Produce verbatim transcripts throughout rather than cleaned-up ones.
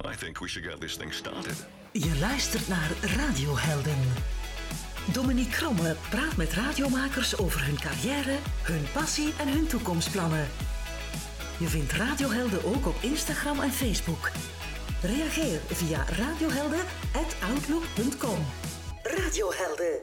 I think we should get this thing started. Je luistert naar Radiohelden. Dominique Kromme praat met radiomakers over hun carrière, hun passie en hun toekomstplannen. Je vindt Radiohelden ook op Instagram en Facebook. Reageer via radiohelden apenstaartje outlook punt com. Radiohelden.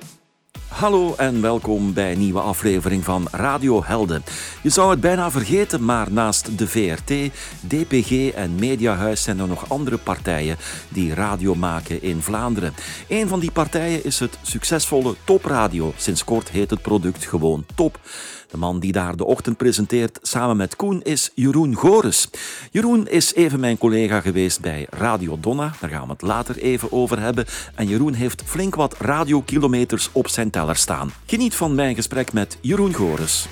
Hallo en welkom bij een nieuwe aflevering van Radiohelden. Je zou het bijna vergeten, maar naast de V R T, D P G en Mediahuis zijn er nog andere partijen die radio maken in Vlaanderen. Een van die partijen is het succesvolle Top Radio. Sinds kort heet het product gewoon Top. De man die daar de ochtend presenteert samen met Koen is Jeroen Goris. Jeroen is even mijn collega geweest bij Radio Donna. Daar gaan we het later even over hebben. En Jeroen heeft flink wat radiokilometers op zijn teller staan. Geniet van mijn gesprek met Jeroen Goris.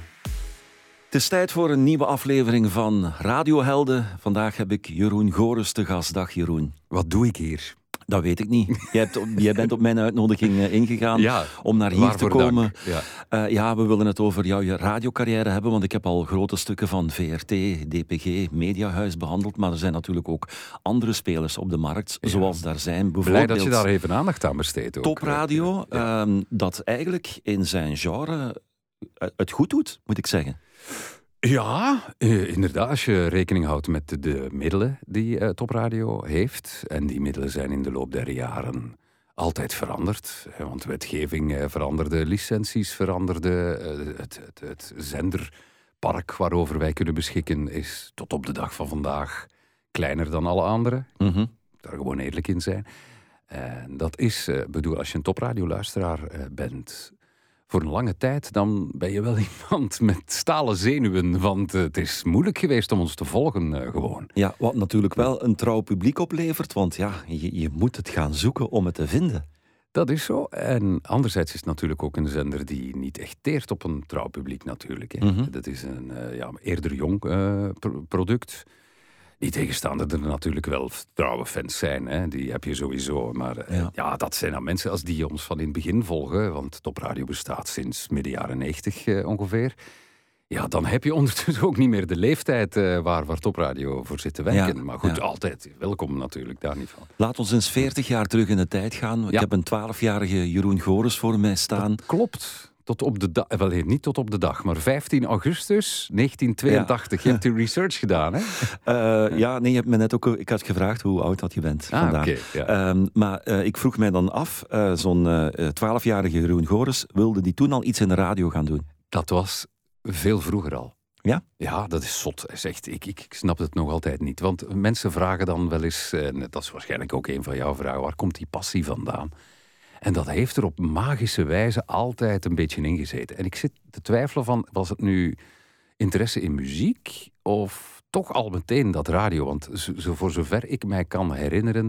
Het is tijd voor een nieuwe aflevering van Radiohelden. Vandaag heb ik Jeroen Goris te gast. Dag Jeroen. Wat doe ik hier? Dat weet ik niet. Jij, hebt, jij bent op mijn uitnodiging uh, ingegaan ja, om naar hier te komen. Ja. Uh, ja, we willen het over jouw je radiocarrière hebben, want ik heb al grote stukken van V R T, D P G, Mediahuis behandeld, maar er zijn natuurlijk ook andere spelers op de markt, ja. zoals daar zijn bijvoorbeeld... Blij dat je daar even aandacht aan besteedt ook. Top Radio, ja. um, dat eigenlijk in zijn genre het goed doet, moet ik zeggen. Ja, eh, inderdaad. Als je rekening houdt met de, de middelen die uh, Top Radio heeft. En die middelen zijn in de loop der jaren altijd veranderd. Hè, want wetgeving uh, veranderde, licenties veranderden. Uh, het, het, het zenderpark waarover wij kunnen beschikken is tot op de dag van vandaag kleiner dan alle andere. Mm-hmm. Daar gewoon eerlijk in zijn. En dat is, uh, bedoel, als je een topradioluisteraar uh, bent... Voor een lange tijd, dan ben je wel iemand met stalen zenuwen. Want het is moeilijk geweest om ons te volgen, uh, gewoon. Ja, wat natuurlijk wel een trouw publiek oplevert. Want ja, je, je moet het gaan zoeken om het te vinden. Dat is zo. En anderzijds is het natuurlijk ook een zender die niet echt teert op een trouw publiek natuurlijk. Hè. Mm-hmm. Dat is een uh, ja, eerder jong uh, pro- product. Niet tegenstaande dat er natuurlijk wel trouwe fans zijn. Hè. Die heb je sowieso. Maar uh, ja. ja, dat zijn dan mensen als die ons van in het begin volgen. Want Top Radio bestaat sinds midden jaren negentig uh, ongeveer. Ja, dan heb je ondertussen ook niet meer de leeftijd uh, waar, waar Top Radio voor zit te werken. Ja, maar goed, ja. altijd welkom natuurlijk, daar niet van. Laat ons eens veertig jaar terug in de tijd gaan. Ja. Ik heb een twaalfjarige Jeroen Goris voor mij staan. Dat klopt. Tot op de dag, wel niet tot op de dag, maar vijftien augustus negentien tweeëntachtig. Ja. Je hebt die research gedaan, hè? Uh, ja, nee, je hebt me net ook... Ik had gevraagd hoe oud dat je bent ah, vandaag. Okay, ja. um, maar uh, ik vroeg mij dan af, uh, zo'n twaalfjarige uh, Jeroen Goris, wilde die toen al iets in de radio gaan doen? Dat was veel vroeger al. Ja? Ja, dat is zot. Hij zegt, ik, ik, ik snap het nog altijd niet. Want mensen vragen dan wel eens, en dat is waarschijnlijk ook een van jouw vragen, waar komt die passie vandaan? En dat heeft er op magische wijze altijd een beetje ingezeten. En ik zit te twijfelen van, was het nu interesse in muziek of toch al meteen dat radio? Want zo, voor zover ik mij kan herinneren,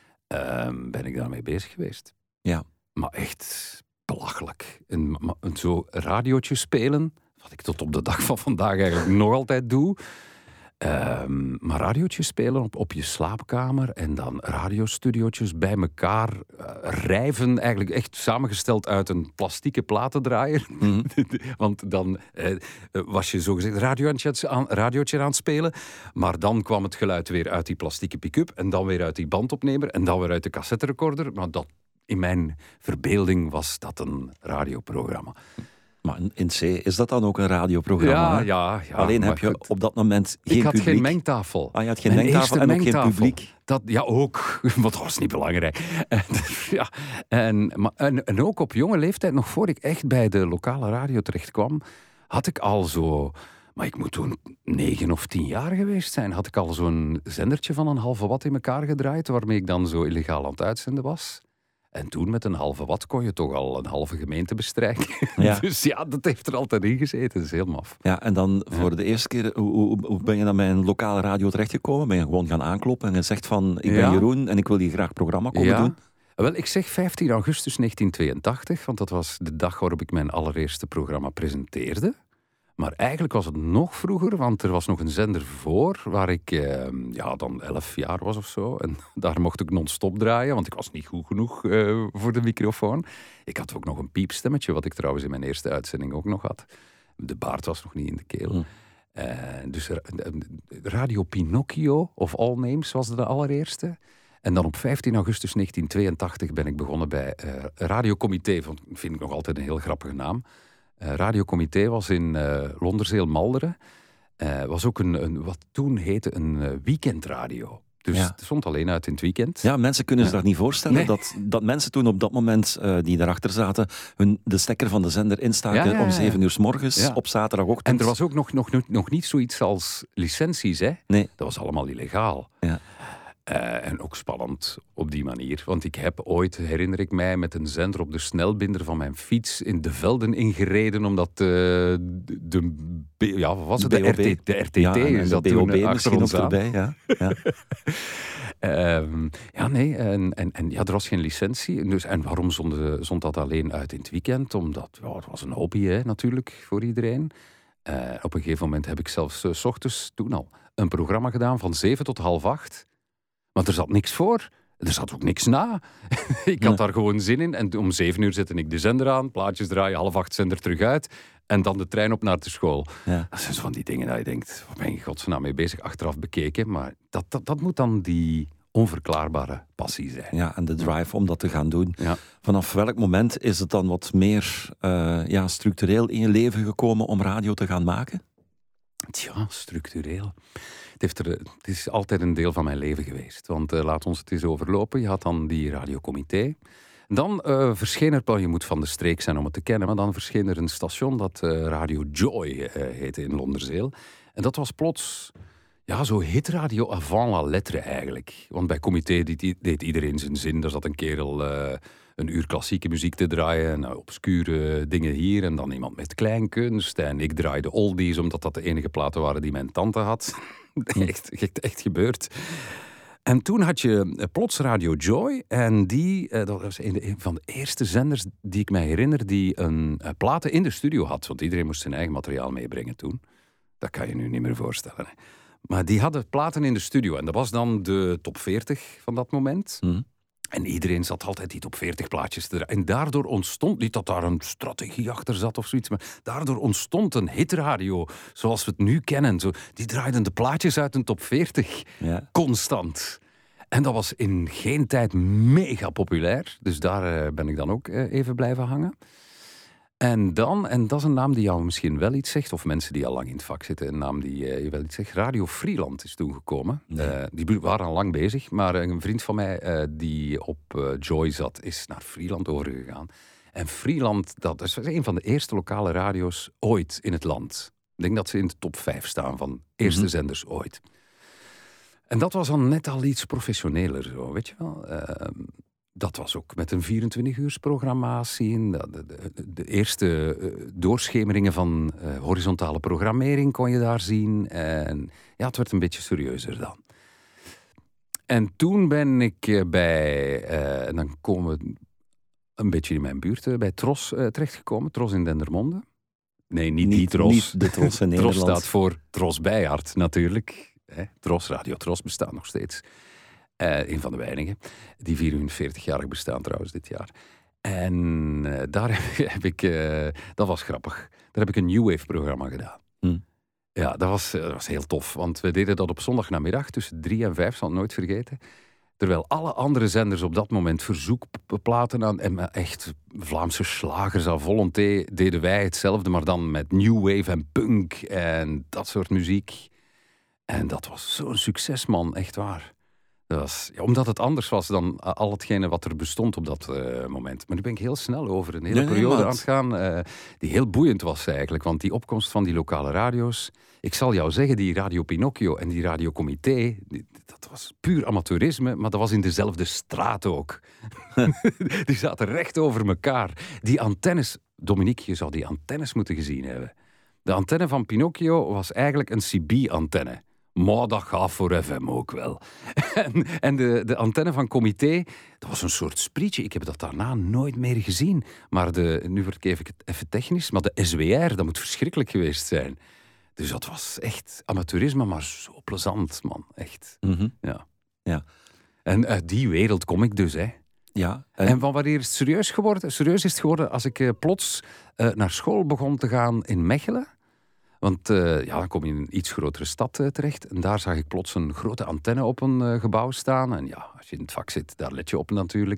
uh, ben ik daarmee bezig geweest. Ja. Maar echt belachelijk. Een, een zo radiootje spelen, wat ik tot op de dag van vandaag eigenlijk nog altijd doe. Um, maar radiootjes spelen op, op je slaapkamer en dan radiostudiootjes bij elkaar uh, rijven, eigenlijk echt samengesteld uit een plastieke platendraaier. Mm-hmm. Want dan uh, was je zogezegd radiootje aan, radiootje aan het spelen, maar dan kwam het geluid weer uit die plastieke pick-up en dan weer uit die bandopnemer en dan weer uit de cassetterecorder. Maar dat, in mijn verbeelding was dat een radioprogramma. Maar in C is dat dan ook een radioprogramma? Ja, ja, ja. Alleen heb je goed. op dat moment geen ik had publiek. geen mengtafel. Ah, je had geen Mijn mengtafel en mengtafel. ook geen publiek. Dat, ja, ook. Maar dat was niet belangrijk. En, ja, en, maar, en, en ook op jonge leeftijd, nog voor ik echt bij de lokale radio terecht kwam, had ik al zo... Maar ik moet toen negen of tien jaar geweest zijn. Had ik al zo'n zendertje van een halve watt in elkaar gedraaid, waarmee ik dan zo illegaal aan het uitzenden was. En toen met een halve watt kon je toch al een halve gemeente bestrijken. Ja. Dus ja, dat heeft er altijd in gezeten. Dat is heel maf. Ja, en dan voor ja. de eerste keer, hoe, hoe, hoe ben je dan bij een lokale radio terechtgekomen? Ben je gewoon gaan aankloppen en je zegt van, ik ben ja. Jeroen en ik wil hier graag programma komen ja. doen? Wel, ik zeg vijftien augustus negentien tweeëntachtig, want dat was de dag waarop ik mijn allereerste programma presenteerde. Maar eigenlijk was het nog vroeger, want er was nog een zender voor, waar ik eh, ja, dan elf jaar was of zo. En daar mocht ik non-stop draaien, want ik was niet goed genoeg uh, voor de microfoon. Ik had ook nog een piepstemmetje, wat ik trouwens in mijn eerste uitzending ook nog had. De baard was nog niet in de keel. Hmm. Uh, dus uh, Radio Pinocchio, of all names, was de allereerste. En dan op vijftien augustus negentien tweeëntachtig ben ik begonnen bij uh, Radio Comité. Dat vind ik nog altijd een heel grappige naam. Uh, Radio Comité was in uh, Londerzeel-Malderen. Uh, was ook een, een, wat toen heette een uh, weekendradio. Dus ja. Het stond alleen uit in het weekend. Ja, mensen kunnen ja. zich dat niet voorstellen. Nee. Dat, dat mensen toen op dat moment, uh, die daarachter zaten, hun, de stekker van de zender instaken ja, ja, ja. om zeven uur 's morgens ja. op zaterdagochtend. En er was ook nog, nog, nog, nog niet zoiets als licenties, hè? Nee. Dat was allemaal illegaal. Ja. Uh, en ook spannend op die manier. Want ik heb ooit, herinner ik mij, met een zender op de snelbinder van mijn fiets in de velden ingereden, omdat uh, de, de, ja, wat was het? De, de, R T, de R T T ja, is dat de B O B toen misschien nog erbij. Ja. Ja. um, ja, nee. En, en, en ja, er was geen licentie. Dus, en waarom zond, zond dat alleen uit in het weekend? Omdat, ja, het was een hobby, hè, natuurlijk, voor iedereen. Uh, op een gegeven moment heb ik zelfs uh, 's ochtends, toen al, een programma gedaan van zeven tot half acht. Maar er zat niks voor. Er zat ook niks na. ik had ja. daar gewoon zin in. En om zeven uur zette ik de zender aan. Plaatjes draaien, half acht zender terug uit. En dan de trein op naar de school. Ja. Dat zijn zo van die dingen dat je denkt, waar ben je godsnaam mee bezig? Achteraf bekeken. Maar dat, dat, dat moet dan die onverklaarbare passie zijn. Ja, en de drive om dat te gaan doen. Ja. Vanaf welk moment is het dan wat meer uh, ja, structureel in je leven gekomen om radio te gaan maken? Tja, structureel. Het, heeft er, het is altijd een deel van mijn leven geweest. Want uh, laat ons het eens overlopen. Je had dan die radiocomité. Dan uh, verscheen er, je moet van de streek zijn om het te kennen, maar dan verscheen er een station dat uh, Radio Joy uh, heette in Londerzeel. En dat was plots, ja, zo hitradio avant la lettre eigenlijk. Want bij comité deed, deed iedereen zijn zin. Daar zat een kerel uh, een uur klassieke muziek te draaien, en, uh, obscure dingen hier, en dan iemand met kleinkunst. En ik draaide oldies, omdat dat de enige platen waren die mijn tante had. echt, echt, echt gebeurd. En toen had je plots Radio Joy. En die, uh, dat was een, een van de eerste zenders die ik mij herinner, die een uh, platen in de studio had. Want iedereen moest zijn eigen materiaal meebrengen toen. Dat kan je nu niet meer voorstellen. Hè. Maar die hadden platen in de studio. En dat was dan de top veertig van dat moment. Mm. En iedereen zat altijd die top veertig plaatjes te draaien. En daardoor ontstond, niet dat daar een strategie achter zat of zoiets, maar daardoor ontstond een hitradio zoals we het nu kennen. Zo, die draaiden de plaatjes uit een top veertig. Ja. Constant. En dat was in geen tijd mega populair. Dus daar uh, ben ik dan ook uh, even blijven hangen. En dan, en dat is een naam die jou misschien wel iets zegt, of mensen die al lang in het vak zitten, een naam die uh, je wel iets zegt. Radio Freeland is toegekomen. Nee. Uh, die waren al lang bezig, maar een vriend van mij uh, die op uh, Joy zat, is naar Freeland overgegaan. En Freeland, dat is een van de eerste lokale radio's ooit in het land. Ik denk dat ze in de top vijf staan van eerste mm-hmm. zenders ooit. En dat was dan net al iets professioneler, zo, weet je wel. Uh, dat was ook met een vierentwintig uurs programmatie. De, de, de, de eerste uh, doorschemeringen van uh, horizontale programmering kon je daar zien. En ja, het werd een beetje serieuzer dan. En toen ben ik uh, bij, uh, en dan komen we een beetje in mijn buurt, uh, bij Tros uh, terechtgekomen. Tros in Dendermonde. Nee, niet, niet die Tros. Niet de Tros in Nederland. Tros staat voor Tros Bijhart natuurlijk. Hè? Tros, Radio Tros bestaat nog steeds. Uh, een van de weinigen. Die vierenveertigjarig bestaan trouwens dit jaar. En uh, daar heb, heb ik... Uh, dat was grappig. Daar heb ik een New Wave programma gedaan. Hm. Ja, dat was, uh, dat was heel tof. Want we deden dat op zondagnamiddag tussen drie en vijf. Zal het nooit vergeten. Terwijl alle andere zenders op dat moment verzoekplaten aan... en echt Vlaamse slagers à volonté deden wij hetzelfde. Maar dan met New Wave en punk en dat soort muziek. En dat was zo'n succes, man. Echt waar. Dat was, ja, omdat het anders was dan al hetgene wat er bestond op dat uh, moment. Maar nu ben ik heel snel over een hele nee, periode nee, aan het gaan. Uh, die heel boeiend was eigenlijk. Want die opkomst van die lokale radio's. Ik zal jou zeggen, die Radio Pinocchio en die Radio Comité. Die, dat was puur amateurisme. Maar dat was in dezelfde straat ook. Die zaten recht over elkaar. Die antennes. Dominique, je zou die antennes moeten gezien hebben. De antenne van Pinocchio was eigenlijk een C B-antenne. Maar dat gaat voor F M ook wel. en en de, de antenne van Comité, dat was een soort sprietje. Ik heb dat daarna nooit meer gezien. Maar de, nu word ik even, even technisch, maar de S W R, dat moet verschrikkelijk geweest zijn. Dus dat was echt amateurisme, maar zo plezant, man. Echt. Mm-hmm. Ja. Ja. En uit die wereld kom ik dus, hè. Ja. En, en van wanneer is het serieus geworden? Serieus is het geworden als ik uh, plots uh, naar school begon te gaan in Mechelen. Want uh, ja, dan kom je in een iets grotere stad uh, terecht. En daar zag ik plots een grote antenne op een uh, gebouw staan. En ja, als je in het vak zit, daar let je op natuurlijk.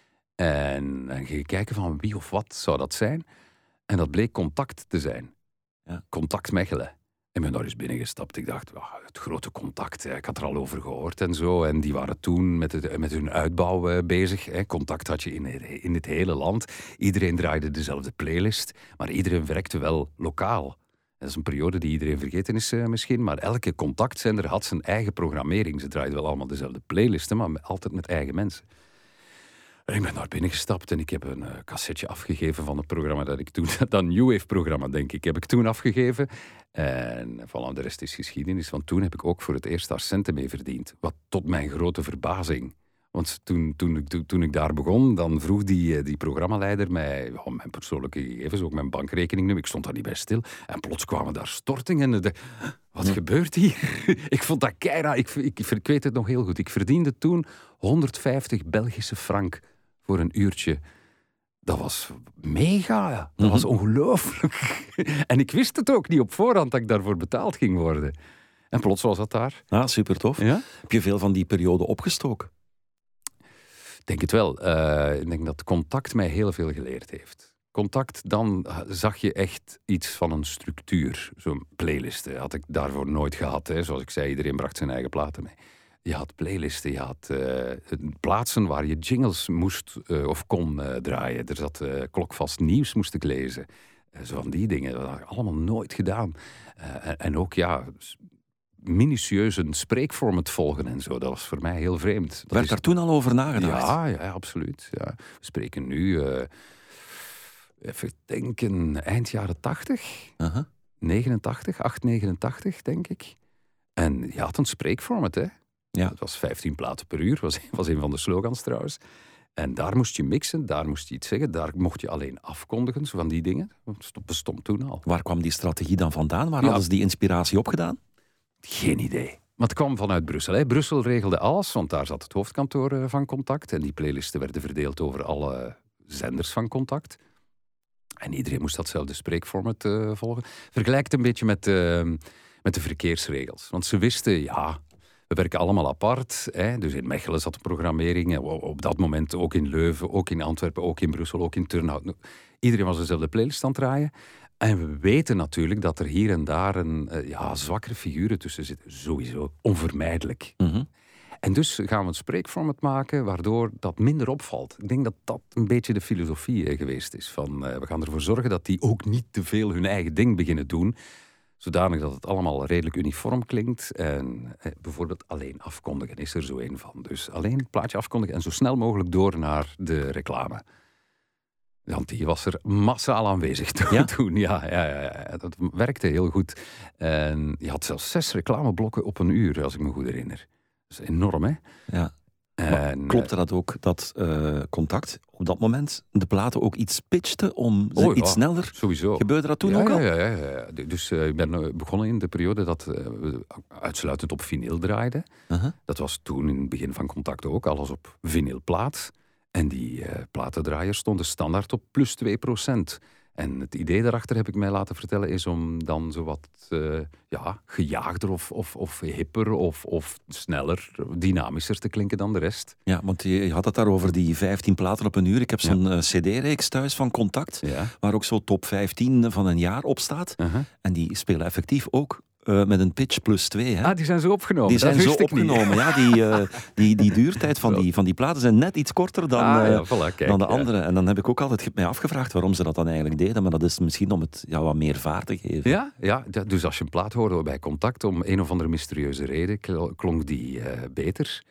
En dan ging je kijken van wie of wat zou dat zijn. En dat bleek Contact te zijn. Ja. Contact Mechelen. Ik ben daar eens binnengestapt. Ik dacht, oh, het grote Contact. Hè. Ik had er al over gehoord en zo. En die waren toen met, het, met hun uitbouw uh, bezig. Hè. Contact had je in, in het hele land. Iedereen draaide dezelfde playlist. Maar iedereen werkte wel lokaal. Dat is een periode die iedereen vergeten is uh, misschien. Maar elke contactzender had zijn eigen programmering. Ze draaiden wel allemaal dezelfde playlisten, maar altijd met eigen mensen. En ik ben daar binnengestapt en ik heb een uh, cassetje afgegeven van het programma dat ik toen... Dat New Wave-programma, denk ik, heb ik toen afgegeven. En voilà, de rest is geschiedenis. Want toen heb ik ook voor het eerst daar centen mee verdiend. Wat tot mijn grote verbazing. Want toen, toen, toen, toen ik daar begon, dan vroeg die, die programmaleider mij oh, mijn persoonlijke gegevens, ook mijn bankrekening. Ik stond daar niet bij stil. En plots kwamen daar stortingen. De, wat ja. gebeurt hier? Ik vond dat keira. Ik, ik, ik weet het nog heel goed. Ik verdiende toen honderdvijftig Belgische frank voor een uurtje. Dat was mega. Dat mm-hmm. was ongelooflijk. En ik wist het ook niet op voorhand dat ik daarvoor betaald ging worden. En plots was dat daar. Ah, super tof. Ja? Heb je veel van die periode opgestoken? Ik denk het wel. Uh, ik denk dat Contact mij heel veel geleerd heeft. Contact, dan zag je echt iets van een structuur. Zo'n playlisten had ik daarvoor nooit gehad. Hè. Zoals ik zei, iedereen bracht zijn eigen platen mee. Je had playlisten, je had uh, plaatsen waar je jingles moest uh, of kon uh, draaien. Er zat uh, klokvast nieuws moest ik lezen. Uh, zo van die dingen. Dat had ik allemaal nooit gedaan. Uh, en, en ook, ja... minutieus een spreekformat volgen en zo. Dat was voor mij heel vreemd. Dat Werd is... daar toen al over nagedacht? Ja, ja absoluut. Ja. We spreken nu, uh, even denken, eind jaren tachtig. Uh-huh. negenentachtig, acht negenentachtig, denk ik. En je had een spreekformat, hè. Ja. Dat was vijftien platen per uur, was, was een van de slogans trouwens. En daar moest je mixen, daar moest je iets zeggen, daar mocht je alleen afkondigen, zo van die dingen. Dat bestond toen al. Waar kwam die strategie dan vandaan? Waar ja. hadden ze die inspiratie opgedaan? Geen idee. Maar het kwam vanuit Brussel. Hè. Brussel regelde alles, want daar zat het hoofdkantoor uh, van Contact. En die playlisten werden verdeeld over alle zenders van Contact. En iedereen moest datzelfde spreekformat uh, volgen. Vergelijk het een beetje met, uh, met de verkeersregels. Want ze wisten, ja, we werken allemaal apart. Hè. Dus in Mechelen zat de programmering. Op dat moment ook in Leuven, ook in Antwerpen, ook in Brussel, ook in Turnhout. Iedereen was dezelfde playlist aan het draaien. En we weten natuurlijk dat er hier en daar een uh, ja, zwakkere figuren tussen zitten. Sowieso, onvermijdelijk. Mm-hmm. En dus gaan we een spreekformat maken waardoor dat minder opvalt. Ik denk dat dat een beetje de filosofie uh, geweest is. Van, uh, we gaan ervoor zorgen dat die ook niet te veel hun eigen ding beginnen doen. Zodanig dat het allemaal redelijk uniform klinkt. En uh, bijvoorbeeld alleen afkondigen is er zo een van. Dus alleen het plaatje afkondigen en zo snel mogelijk door naar de reclame. Want die was er massaal aanwezig toen. Ja? toen ja, ja, ja, ja, dat werkte heel goed. En je had zelfs zes reclameblokken op een uur, als ik me goed herinner. Dat is enorm, hè? Ja. En, klopte dat ook, dat uh, Contact op dat moment de platen ook iets pitchte om ze oh, iets ja, sneller? Sowieso. Gebeurde dat toen ja, ook al? Ja, ja, ja. ja. Dus uh, ik ben begonnen in de periode dat uh, we uitsluitend op vinyl draaiden. Uh-huh. Dat was toen in het begin van Contact ook, alles op vinylplaat. En die uh, platendraaiers stonden standaard op plus twee procent. En het idee daarachter, heb ik mij laten vertellen, is om dan zo wat uh, ja, gejaagder of, of, of hipper of, of sneller, dynamischer te klinken dan de rest. Ja, want je had het daar over die vijftien platen op een uur. Ik heb zo'n ja. uh, cd-reeks thuis van Contact, ja. waar ook zo top vijftien van een jaar op staat. Uh-huh. En die spelen effectief ook Uh, met een pitch plus twee. Hè. Ah, die zijn zo opgenomen. Die zijn dat zo opgenomen. Ja, die, uh, die, die duurtijd van die, van die platen zijn net iets korter dan, ah, ja, voilà, kijk, dan de andere. Ja. En dan heb ik ook altijd mij afgevraagd waarom ze dat dan eigenlijk deden. Maar dat is misschien om het ja, wat meer vaart te geven. Ja, ja, dus als je een plaat hoorde bij Contact, om een of andere mysterieuze reden klonk die uh, beter.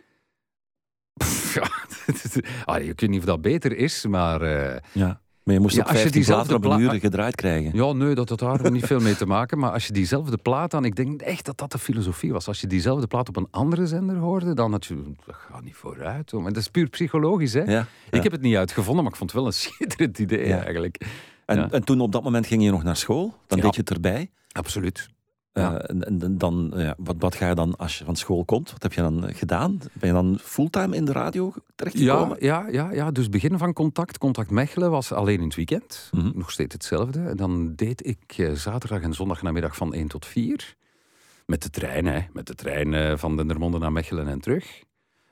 Pff, ja. ah, ik weet niet of dat beter is, maar... Uh, ja. Maar je moest ja, ook vijftien platen op een uur gedraaid krijgen. Ja, nee, dat had daar niet veel mee te maken. Maar als je diezelfde plaat dan... Ik denk echt dat dat de filosofie was. Als je diezelfde plaat op een andere zender hoorde, dan had je... Dat gaat niet vooruit. Hoor. Maar dat is puur psychologisch, hè. Ja, ja. Ik heb het niet uitgevonden, maar ik vond het wel een schitterend idee, ja. eigenlijk. En, ja. en toen op dat moment ging je nog naar school? Dan ja. deed je het erbij? Absoluut. Uh, en, en dan, ja, wat, wat ga je dan als je van school komt? Wat heb je dan gedaan? Ben je dan fulltime in de radio terechtgekomen? Ja, ja, ja, ja, dus begin van Contact. Contact Mechelen was alleen in het weekend. Mm-hmm. Nog steeds hetzelfde. En dan deed ik uh, zaterdag en zondagnamiddag van één tot vier. Met de trein, hè. Met de trein uh, van Dendermonde naar Mechelen en terug.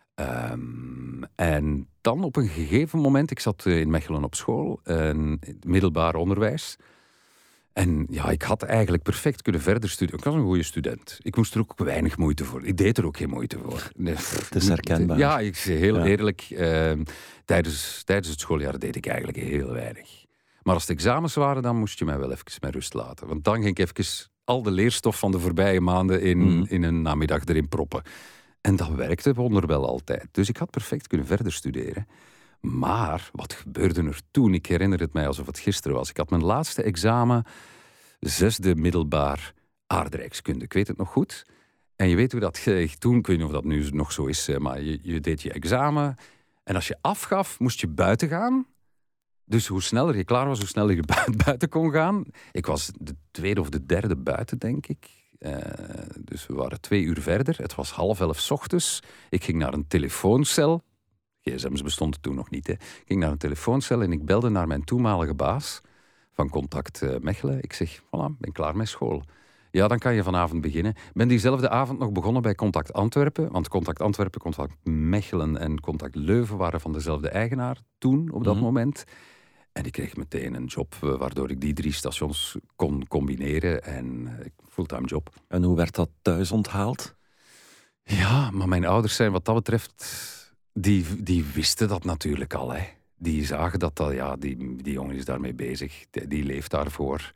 Um, en dan op een gegeven moment, ik zat uh, in Mechelen op school, uh, middelbaar onderwijs. En ja, ik had eigenlijk perfect kunnen verder studeren. Ik was een goede student. Ik moest er ook weinig moeite voor. Ik deed er ook geen moeite voor. Nee, het is herkenbaar. Ja, ik zeg heel ja. eerlijk. Uh, tijdens, tijdens het schooljaar deed ik eigenlijk heel weinig. Maar als het examens waren, dan moest je mij wel even met rust laten. Want dan ging ik even al de leerstof van de voorbije maanden in, mm. in een namiddag erin proppen. En dat werkte wonderwel altijd. Dus ik had perfect kunnen verder studeren. Maar wat gebeurde er toen? Ik herinner het mij alsof het gisteren was. Ik had mijn laatste examen, zesde middelbaar aardrijkskunde. Ik weet het nog goed. En je weet hoe dat toen, ik weet niet of dat nu nog zo is, maar je, je deed je examen. En als je afgaf, moest je buiten gaan. Dus hoe sneller je klaar was, hoe sneller je buiten kon gaan. Ik was de tweede of de derde buiten, denk ik. Uh, dus we waren twee uur verder. Het was half elf 's ochtends. Ik ging naar een telefooncel. gsm's bestonden toen nog niet. Hè. Ik ging naar een telefooncel en ik belde naar mijn toenmalige baas van Contact uh, Mechelen. Ik zeg, voilà, ben klaar met school. Ja, dan kan je vanavond beginnen. Ik ben diezelfde avond nog begonnen bij Contact Antwerpen. Want Contact Antwerpen, Contact Mechelen en Contact Leuven waren van dezelfde eigenaar toen, op dat mm-hmm. moment. En ik kreeg meteen een job, waardoor ik die drie stations kon combineren. En fulltime job. En hoe werd dat thuis onthaald? Ja, maar mijn ouders zijn wat dat betreft... Die, die wisten dat natuurlijk al. Hè. Die zagen dat, dat ja, die, die jongen is daarmee bezig. Die, die leeft daarvoor.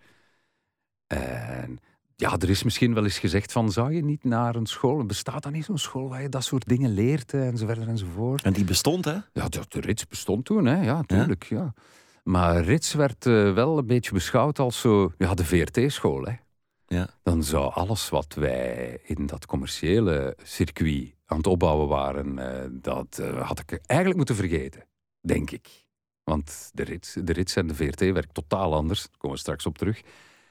En ja, er is misschien wel eens gezegd van... Zou je niet naar een school... Bestaat dan niet zo'n school waar je dat soort dingen leert? En zo verder enzovoort. En die bestond, hè? Ja, de, de Rits bestond toen, hè. Ja, tuurlijk, ja. ja. Maar Rits werd uh, wel een beetje beschouwd als zo... Ja, de V R T-school, hè. Ja. Dan zou alles wat wij in dat commerciële circuit aan het opbouwen waren, uh, dat uh, had ik eigenlijk moeten vergeten, denk ik. Want de Rits, de Rits en de V R T werkt totaal anders. Daar komen we straks op terug.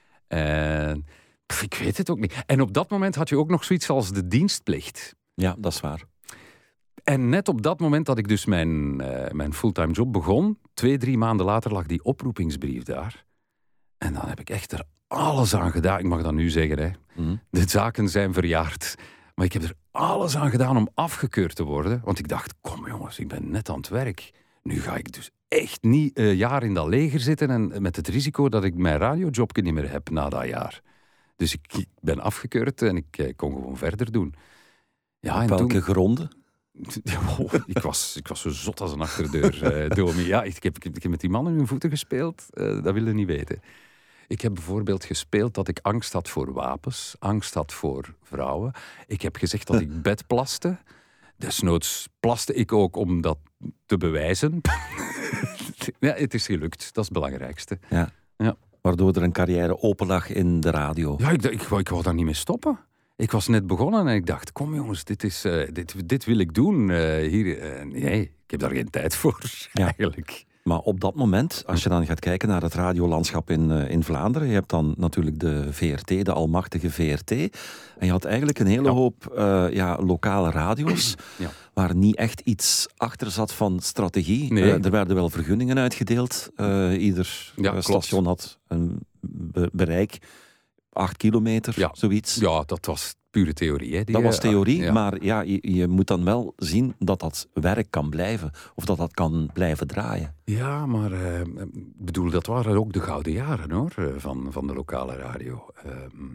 En pff, ik weet het ook niet. En op dat moment had je ook nog zoiets als de dienstplicht. Ja, dat is waar. En net op dat moment dat ik dus mijn, uh, mijn fulltime job begon, twee, drie maanden later lag die oproepingsbrief daar. En dan heb ik echt er alles aan gedaan. Ik mag dat nu zeggen, hè. Mm. De zaken zijn verjaard. Maar ik heb er alles aan gedaan om afgekeurd te worden. Want ik dacht, kom jongens, ik ben net aan het werk. Nu ga ik dus echt niet een jaar in dat leger zitten en met het risico dat ik mijn radiojobje niet meer heb na dat jaar. Dus ik, ik ben afgekeurd en ik, ik kon gewoon verder doen. Ja, Op en welke toen... gronden? Oh, ik, was, ik was zo zot als een achterdeur, uh, Domi. Ja, ik heb, ik heb met die man in hun voeten gespeeld. Uh, dat wil je niet weten. Ik heb bijvoorbeeld gespeeld dat ik angst had voor wapens, angst had voor vrouwen. Ik heb gezegd dat ik bedplaste. Desnoods plaste ik ook om dat te bewijzen. Ja, het is gelukt. Dat is het belangrijkste. Ja. Ja. Waardoor er een carrière open lag in de radio. Ja, ik, ik, ik wou daar niet mee stoppen. Ik was net begonnen en ik dacht, kom jongens, dit, is, uh, dit, dit wil ik doen. Uh, hier, uh, nee, ik heb daar geen tijd voor, ja. eigenlijk. Maar op dat moment, als je dan gaat kijken naar het radiolandschap in, uh, in Vlaanderen, je hebt dan natuurlijk de V R T, de almachtige V R T. En je had eigenlijk een hele ja. hoop uh, ja, lokale radio's, ja. waar niet echt iets achter zat van strategie. Nee. Uh, er werden wel vergunningen uitgedeeld. Uh, ieder ja, station had een be- bereik, acht kilometer, ja. zoiets. Ja, dat was pure theorie. Hè, die, dat was theorie, uh, ja. maar ja, je, je moet dan wel zien dat dat werk kan blijven. Of dat dat kan blijven draaien. Ja, maar uh, bedoel, dat waren ook de gouden jaren hoor, van, van de lokale radio. Uh,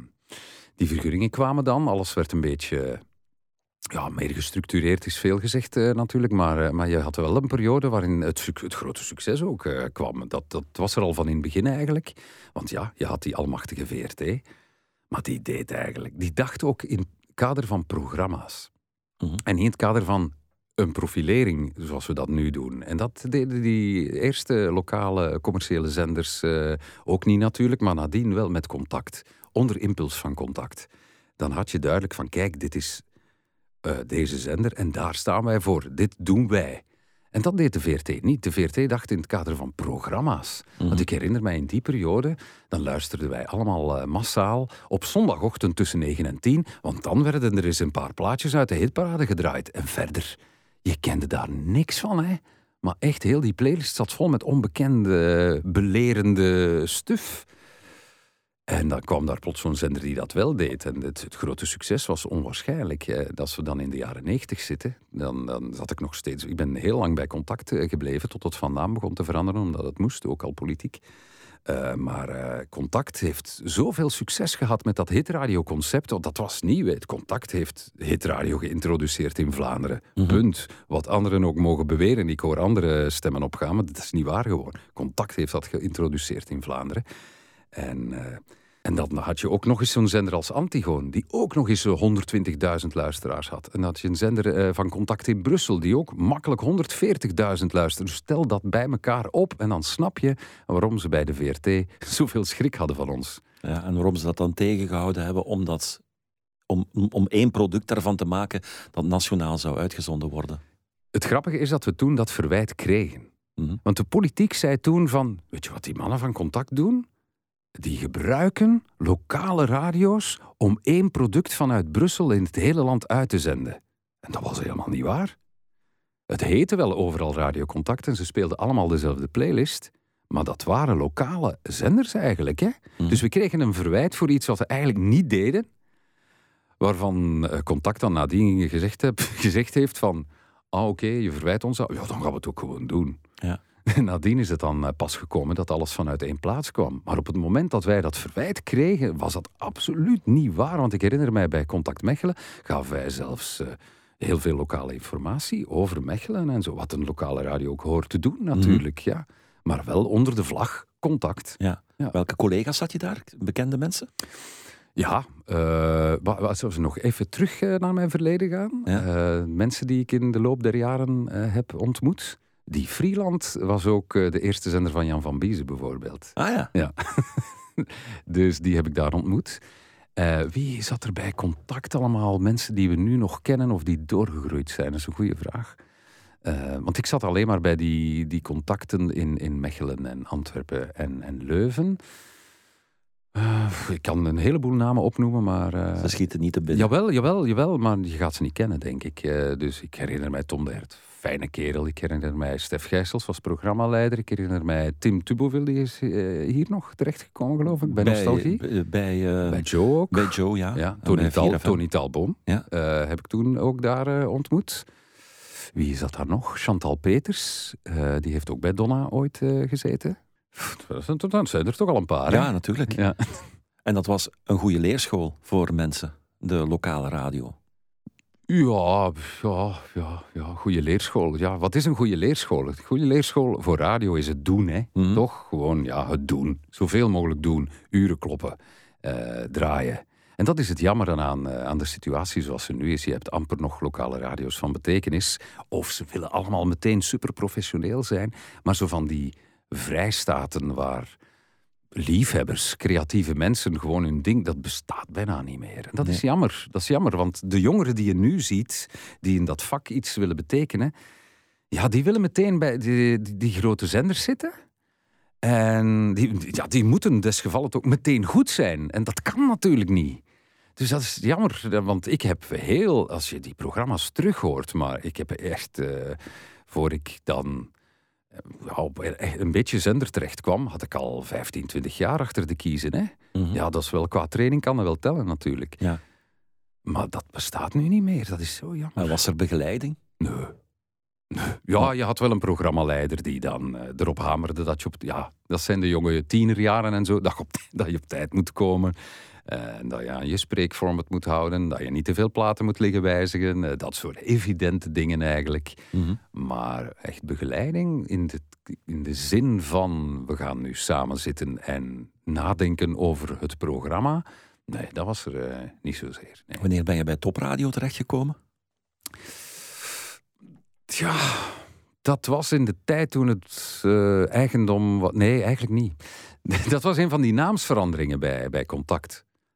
die vergunningen kwamen dan, alles werd een beetje... Ja, meer gestructureerd is veel gezegd uh, natuurlijk, maar, uh, maar je had wel een periode waarin het, het grote succes ook uh, kwam. Dat, dat was er al van in het begin eigenlijk. Want ja, je had die almachtige V R T, maar die deed eigenlijk... Die dacht ook in het kader van programma's. Mm-hmm. En niet in het kader van een profilering, zoals we dat nu doen. En dat deden die eerste lokale commerciële zenders uh, ook niet natuurlijk, maar nadien wel met Contact. Onder impuls van Contact. Dan had je duidelijk van, kijk, dit is... Uh, deze zender en daar staan wij voor. Dit doen wij. En dat deed de V R T niet. De V R T dacht in het kader van programma's. Mm-hmm. Want ik herinner mij in die periode, dan luisterden wij allemaal uh, massaal op zondagochtend tussen negen en tien, want dan werden er eens een paar plaatjes uit de hitparade gedraaid. En verder, je kende daar niks van, hè. Maar echt, heel die playlist zat vol met onbekende, belerende stuf. En dan kwam daar plots zo'n zender die dat wel deed. En het, het grote succes was onwaarschijnlijk. Eh, als we dan in de jaren negentig zitten, dan, dan zat ik nog steeds... Ik ben heel lang bij Contact uh, gebleven, tot het van naam begon te veranderen, omdat het moest, ook al politiek. Uh, maar uh, Contact heeft zoveel succes gehad met dat hitradioconcept. Want dat was nieuw. Het Contact heeft hitradio geïntroduceerd in Vlaanderen. Mm-hmm. Punt. Wat anderen ook mogen beweren. Ik hoor andere stemmen opgaan, maar dat is niet waar gewoon. Contact heeft dat geïntroduceerd in Vlaanderen. En, uh, en dan had je ook nog eens zo'n zender als Antigoon, die ook nog eens honderdtwintigduizend luisteraars had. En dan had je een zender uh, van Contact in Brussel, die ook makkelijk honderdveertigduizend luisterde. Dus stel dat bij elkaar op en dan snap je waarom ze bij de V R T zoveel schrik hadden van ons. Ja, en waarom ze dat dan tegengehouden hebben, omdat, om, om één product daarvan te maken dat nationaal zou uitgezonden worden. Het grappige is dat we toen dat verwijt kregen. Mm-hmm. Want de politiek zei toen van, weet je wat die mannen van Contact doen? Die gebruiken lokale radio's om één product vanuit Brussel in het hele land uit te zenden. En dat was helemaal niet waar. Het heette wel overal Radio Contact en ze speelden allemaal dezelfde playlist. Maar dat waren lokale zenders eigenlijk, hè? Mm. Dus we kregen een verwijt voor iets wat we eigenlijk niet deden. Waarvan Contact dan nadien gezegd, heb, gezegd heeft van... Ah, oké, okay, je verwijt ons dat. Ja, dan gaan we het ook gewoon doen. Ja. En nadien is het dan pas gekomen dat alles vanuit één plaats kwam. Maar op het moment dat wij dat verwijt kregen, was dat absoluut niet waar. Want ik herinner mij, bij Contact Mechelen gaven wij zelfs uh, heel veel lokale informatie over Mechelen en zo. Wat een lokale radio ook hoort te doen, natuurlijk. Mm. Ja. Maar wel onder de vlag Contact. Ja. Ja. Welke collega's had je daar? Bekende mensen? Ja, uh, als we nog even terug uh, naar mijn verleden gaan. Ja. Uh, mensen die ik in de loop der jaren uh, heb ontmoet. Die Frieland was ook uh, de eerste zender van Jan van Biezen bijvoorbeeld. Ah ja? Ja. Dus die heb ik daar ontmoet. Uh, wie zat er bij Contact allemaal? Mensen die we nu nog kennen of die doorgegroeid zijn? Dat is een goede vraag. Uh, want ik zat alleen maar bij die, die contacten in, in Mechelen en Antwerpen en, en Leuven. Uh, ik kan een heleboel namen opnoemen, maar... Uh, ze schieten niet te binnen. Jawel, jawel, jawel, maar je gaat ze niet kennen, denk ik. Uh, dus ik herinner mij Tom de Hert, fijne kerel. Ik herinner mij Stef Gijsels, was programmaleider. Ik herinner mij Tim Tuboville, die is uh, hier nog terechtgekomen, geloof ik, bij, bij Nostalgie. B- bij, uh, bij Joe ook. Bij Joe, ja. ja Tony, Tal, Tony Talboom ja. uh, heb ik toen ook daar uh, ontmoet. Wie zat daar nog? Chantal Peters, uh, die heeft ook bij Donna ooit uh, gezeten. Dat zijn er toch al een paar. Ja, hè? natuurlijk. Ja. En dat was een goede leerschool voor mensen, de lokale radio. Ja, ja, ja, ja, goede leerschool. Ja, wat is een goede leerschool? Een goede leerschool voor radio is het doen, hè? Mm-hmm. Toch? Gewoon, ja, het doen. Zoveel mogelijk doen. Uren kloppen. Uh, draaien. En dat is het jammer aan, uh, aan de situatie zoals ze nu is. Je hebt amper nog lokale radio's van betekenis. Of ze willen allemaal meteen superprofessioneel zijn. Maar zo van die vrijstaten waar liefhebbers, creatieve mensen gewoon hun ding, dat bestaat bijna niet meer. En dat nee. is jammer. Dat is jammer, want de jongeren die je nu ziet, die in dat vak iets willen betekenen, ja, die willen meteen bij die, die, die grote zenders zitten. En die, ja, die moeten desgevallen ook meteen goed zijn. En dat kan natuurlijk niet. Dus dat is jammer, want ik heb heel, als je die programma's terughoort, maar ik heb echt, uh, voor ik dan ja, op een beetje zender terecht kwam, had ik al vijftien, twintig jaar achter de kiezen. Hè? Mm-hmm. Ja, dat is wel qua training, kan dat wel tellen natuurlijk. Ja. Maar dat bestaat nu niet meer, dat is zo jammer. Maar was er begeleiding? Nee. nee. Ja, je had wel een programmaleider die dan uh, erop hamerde dat je op... Ja, dat zijn de jonge tienerjaren en zo, dat je op, dat je op tijd moet komen. Uh, dat je aan je spreekformat moet houden, dat je niet te veel platen moet liggen wijzigen. Uh, dat soort evidente dingen eigenlijk. Mm-hmm. Maar echt begeleiding in de, in de zin van we gaan nu samen zitten en nadenken over het programma. Nee, dat was er uh, niet zozeer. Nee. Wanneer ben je bij Topradio terechtgekomen? Ja, dat was in de tijd toen het uh, eigendom... Nee, eigenlijk niet. Dat was een van die naamsveranderingen bij, bij Contact.